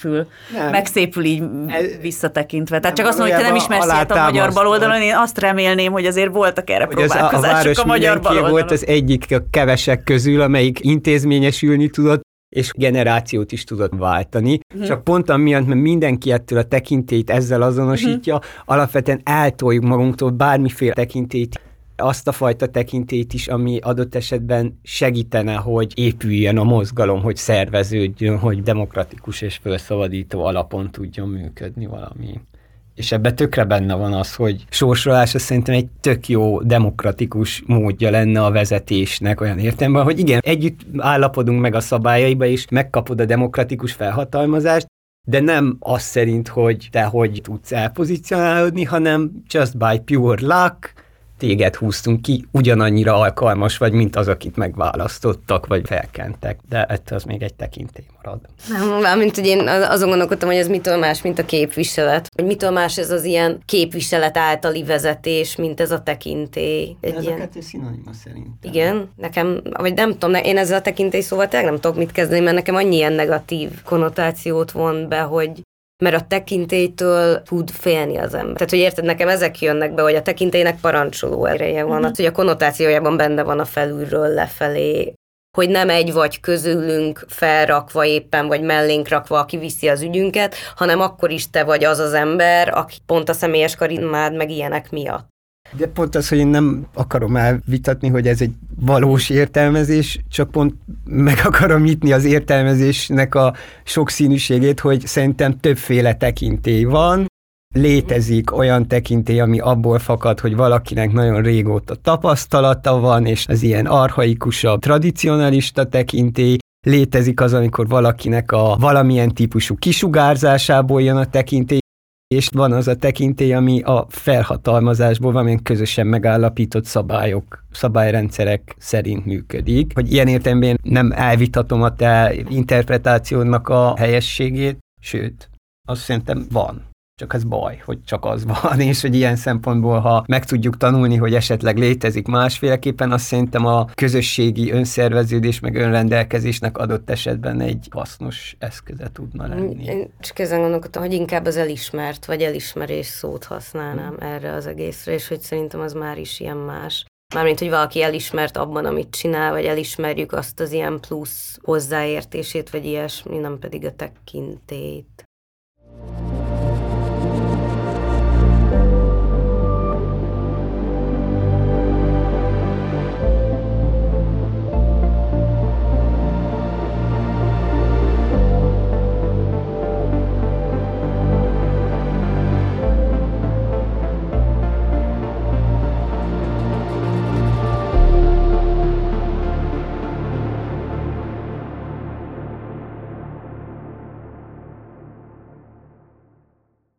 megszépül így visszatekintve. Tehát csak azt mondom, hogy te nem ismersz ilyet a magyar baloldalon, én azt remélném, hogy azért voltak erre próbálkozások a magyar baloldalon. Volt az egyik a kevesek közül, amelyik intézményesülni tudott, és generációt is tudott váltani. Csak pont amiatt, mert mindenki ettől a tekintélyt ezzel azonosítja, alapvetően eltoljuk magunktól bármiféle tekintélyt, azt a fajta tekintélyt is, ami adott esetben segítene, hogy épüljön a mozgalom, hogy szerveződjön, hogy demokratikus és felszabadító alapon tudjon működni valami. És ebben tökre benne van az, hogy sorsolása szerintem egy tök jó demokratikus módja lenne a vezetésnek olyan értelemben, hogy igen, együtt állapodunk meg a szabályaiba, és megkapod a demokratikus felhatalmazást, de nem az szerint, hogy te hogy tudsz elpozícionálódni, hanem just by pure luck, téged húztunk ki, ugyanannyira alkalmas vagy, mint az, akit megválasztottak, vagy felkentek, de ettől az még egy tekintély marad. Mármint, hogy én azon gondolkodtam, hogy ez mitől más, mint a képviselet. Hogy mitől más ez az ilyen képviselet általi vezetés, mint ez a tekintély. Ez a kettő szinonima szerintem. Igen, nekem, vagy nem tudom, én ezzel a tekintély szóval tényleg nem tudok mit kezdeni, mert nekem annyi ilyen negatív konnotációt von be, hogy mert a tekintélytől tud félni az ember. Tehát, hogy érted, nekem ezek jönnek be, hogy a tekintélynek parancsoló ereje van, hogy a konnotációjában benne van a felülről lefelé, hogy nem egy vagy közülünk felrakva éppen, vagy mellénk rakva, aki viszi az ügyünket, hanem akkor is te vagy az az ember, aki pont a személyes karizmád, meg ilyenek miatt. De pont az, hogy én nem akarom elvitatni, hogy ez egy valós értelmezés, csak pont meg akarom nyitni az értelmezésnek a sokszínűségét, hogy szerintem többféle tekintély van. Létezik olyan tekintély, ami abból fakad, hogy valakinek nagyon régóta tapasztalata van, és az ilyen archaikusabb, tradicionalista tekintély. Létezik az, amikor valakinek a valamilyen típusú kisugárzásából jön a tekintély, és van az a tekintély, ami a felhatalmazásból valamilyen közösen megállapított szabályrendszerek szerint működik. Hogy ilyen értelemben nem elvitatom a te interpretációdnak a helyességét, sőt, azt szerintem van. Csak az baj, hogy csak az van, és hogy ilyen szempontból, ha meg tudjuk tanulni, hogy esetleg létezik másféleképpen, azt szerintem a közösségi önszerveződés meg önrendelkezésnek adott esetben egy hasznos eszköze tudna lenni. Én csak ezen gondolkodtam, hogy inkább az elismert, vagy elismerés szót használnám erre az egészre, és hogy szerintem az már is ilyen más. Mármint, hogy valaki elismert abban, amit csinál, vagy elismerjük azt az ilyen plusz hozzáértését, vagy ilyesmi, nem pedig a tekintélyt.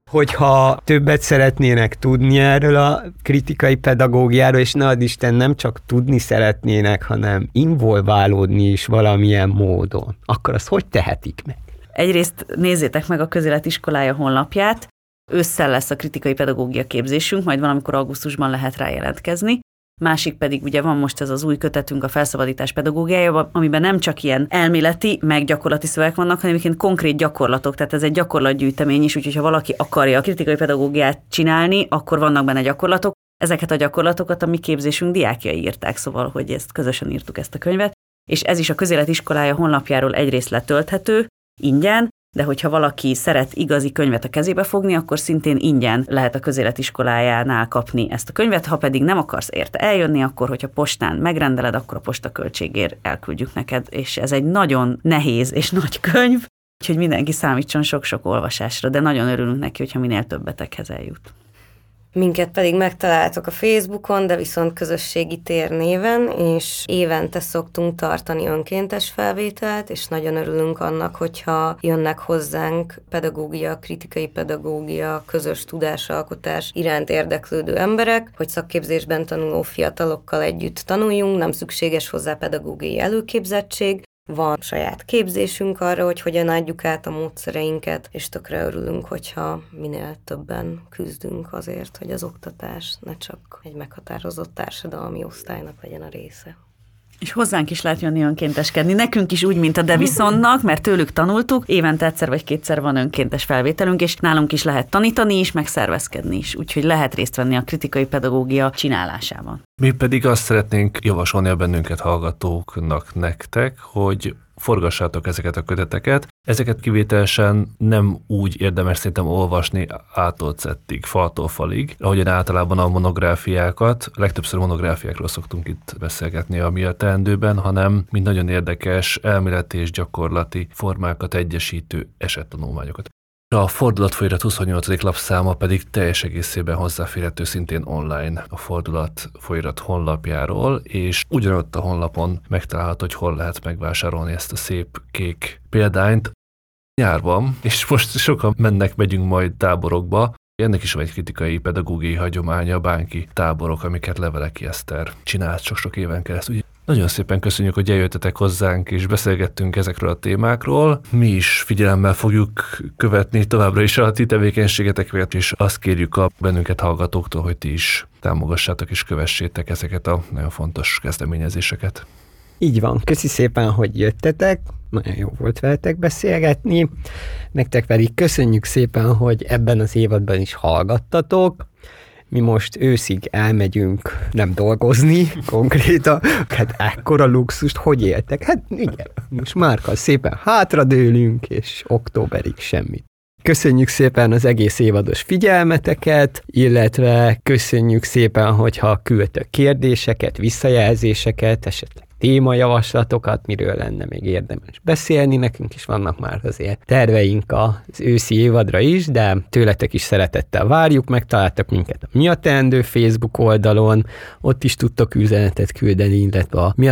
Hogyha többet szeretnének tudni erről a kritikai pedagógiáról, és ne add Isten, nem csak tudni szeretnének, hanem involválódni is valamilyen módon, akkor azt hogy tehetik meg? Egyrészt nézzétek meg a Közéletiskolája honlapját, ősszel lesz a kritikai pedagógia képzésünk, majd valamikor augusztusban lehet rá jelentkezni. Másik pedig ugye van most ez az új kötetünk, a felszabadítás pedagógiája, amiben nem csak ilyen elméleti, meg gyakorlati szövegek vannak, hanem egyébként konkrét gyakorlatok, tehát ez egy gyakorlatgyűjtemény is, úgyhogy ha valaki akarja a kritikai pedagógiát csinálni, akkor vannak benne gyakorlatok. Ezeket a gyakorlatokat a mi képzésünk diákjai írták, szóval, hogy ezt közösen írtuk ezt a könyvet, és ez is a Közéletiskolája honlapjáról egyrészt letölthető, ingyen, de hogyha valaki szeret igazi könyvet a kezébe fogni, akkor szintén ingyen lehet a Közéletiskolájánál kapni ezt a könyvet, ha pedig nem akarsz érte eljönni, akkor hogyha postán megrendeled, akkor a postaköltségért elküldjük neked, és ez egy nagyon nehéz és nagy könyv, úgyhogy mindenki számítson sok-sok olvasásra, de nagyon örülünk neki, hogyha minél többetekhez eljut. Minket pedig megtaláltok a Facebookon, de viszont közösségi tér néven, és évente szoktunk tartani önkéntes felvételt, és nagyon örülünk annak, hogyha jönnek hozzánk pedagógia, kritikai pedagógia, közös tudásalkotás iránt érdeklődő emberek, hogy szakképzésben tanuló fiatalokkal együtt tanuljunk, nem szükséges hozzá pedagógiai előképzettség, van saját képzésünk arra, hogy hogyan adjuk át a módszereinket, és tökre örülünk, hogyha minél többen küzdünk azért, hogy az oktatás ne csak egy meghatározott társadalmi osztálynak legyen a része. És hozzánk is lehet jönni önkénteskedni, nekünk is úgy, mint a Devisonnak, mert tőlük tanultuk, évente egyszer vagy kétszer van önkéntes felvételünk, és nálunk is lehet tanítani is, meg szervezkedni is, úgyhogy lehet részt venni a kritikai pedagógia csinálásában. Mi pedig azt szeretnénk javasolni a bennünket hallgatóknak nektek, hogy forgassátok ezeket a köteteket. Ezeket kivételesen nem úgy érdemes szerintem olvasni A-tól Z-ig, faltól falig, ahogyan általában a monográfiákat, legtöbbször monográfiákról szoktunk itt beszélgetni a Mi a teendőben, hanem mint nagyon érdekes elméleti és gyakorlati formákat egyesítő esettanulmányokat. A fordulatfolyirat 28. lapszáma pedig teljes egészében hozzáférhető szintén online a fordulatfolyirat honlapjáról, és ugyanott a honlapon megtalálható, hogy hol lehet megvásárolni ezt a szép kék példányt. Nyárban, és most sokan megyünk majd táborokba, ennek is van egy kritikai pedagógiai hagyománya, bánki táborok, amiket Leveleki Eszter csinált sok-sok éven keresztül. Nagyon szépen köszönjük, hogy eljöttetek hozzánk, és beszélgettünk ezekről a témákról. Mi is figyelemmel fogjuk követni továbbra is a ti tevékenységeteket, és azt kérjük a bennünket hallgatóktól, hogy ti is támogassátok és kövessétek ezeket a nagyon fontos kezdeményezéseket. Így van, köszi szépen, hogy jöttetek, nagyon jó volt veletek beszélgetni, nektek pedig köszönjük szépen, hogy ebben az évadban is hallgattatok. Mi most őszig elmegyünk nem dolgozni konkrétan, hát ekkora luxust hogy éltek? Hát igen, most márkal szépen hátradőlünk, és októberig semmit. Köszönjük szépen az egész évados figyelmeteket, illetve köszönjük szépen, hogyha küldtök kérdéseket, visszajelzéseket, esetleg témajavaslatokat, miről lenne még érdemes beszélni. Nekünk is vannak már azért terveink az őszi évadra is, de tőletek is szeretettel várjuk, megtaláltak minket a Mi a teendő Facebook oldalon, ott is tudtok üzenetet küldeni, illetve a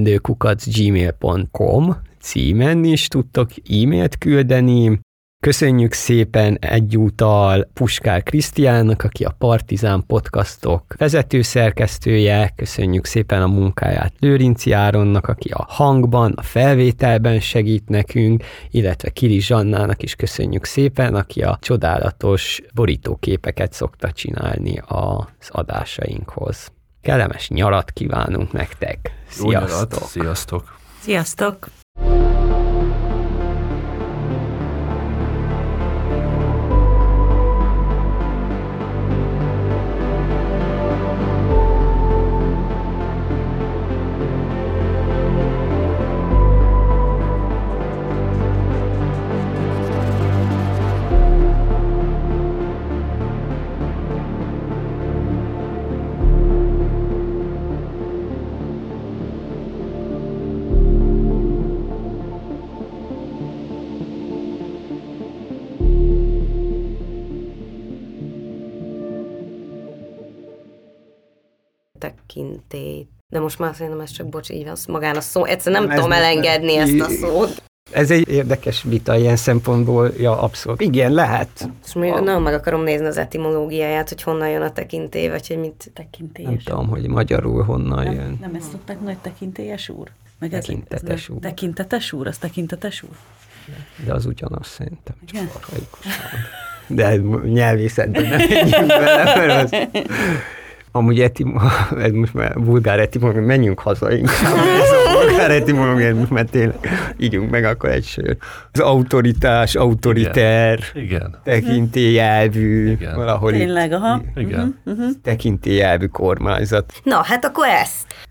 miateendő@gmail.com címen is tudtok e-mailt küldeni. Köszönjük szépen egyúttal Puskár Krisztiánnak, aki a Partizán podcastok vezetőszerkesztője, köszönjük szépen a munkáját Lőrinci Áronnak, aki a hangban, a felvételben segít nekünk, illetve Kiri Zsannának is köszönjük szépen, aki a csodálatos borítóképeket szokta csinálni az adásainkhoz. Kellemes nyarat kívánunk nektek! Sziasztok! Sziasztok! Sziasztok! Tekintély. De most már szerintem ez csak, bocs, így van magán a szó. Egyszerűen nem tudom elengedni ezt a szót. Ez egy érdekes vita ilyen szempontból, ja, abszolút. Igen, lehet. És nagyon meg akarom nézni az etimológiáját, hogy honnan jön a tekintély, vagy hogy mit tekintélyes. Nem tudom, hogy magyarul honnan jön. Nem ezt szokták mondani, hogy tekintélyes úr? Meg tekintetes úr. Tekintetes úr, az tekintetes úr? De az ugyanaz szerintem. De nyelvészetben nem menjünk bele, mert az... Amúgy ez most már vulgár etimológia, menjünk haza inkább. Ez a vulgár etimológia, mert tényleg ígyunk meg akkor egy sört. Az autoritás, autoriter, igen. Tekintélyelvű, valahol tényleg, aha. Igen. Tekintélyelvű kormányzat. Na, hát akkor ezt.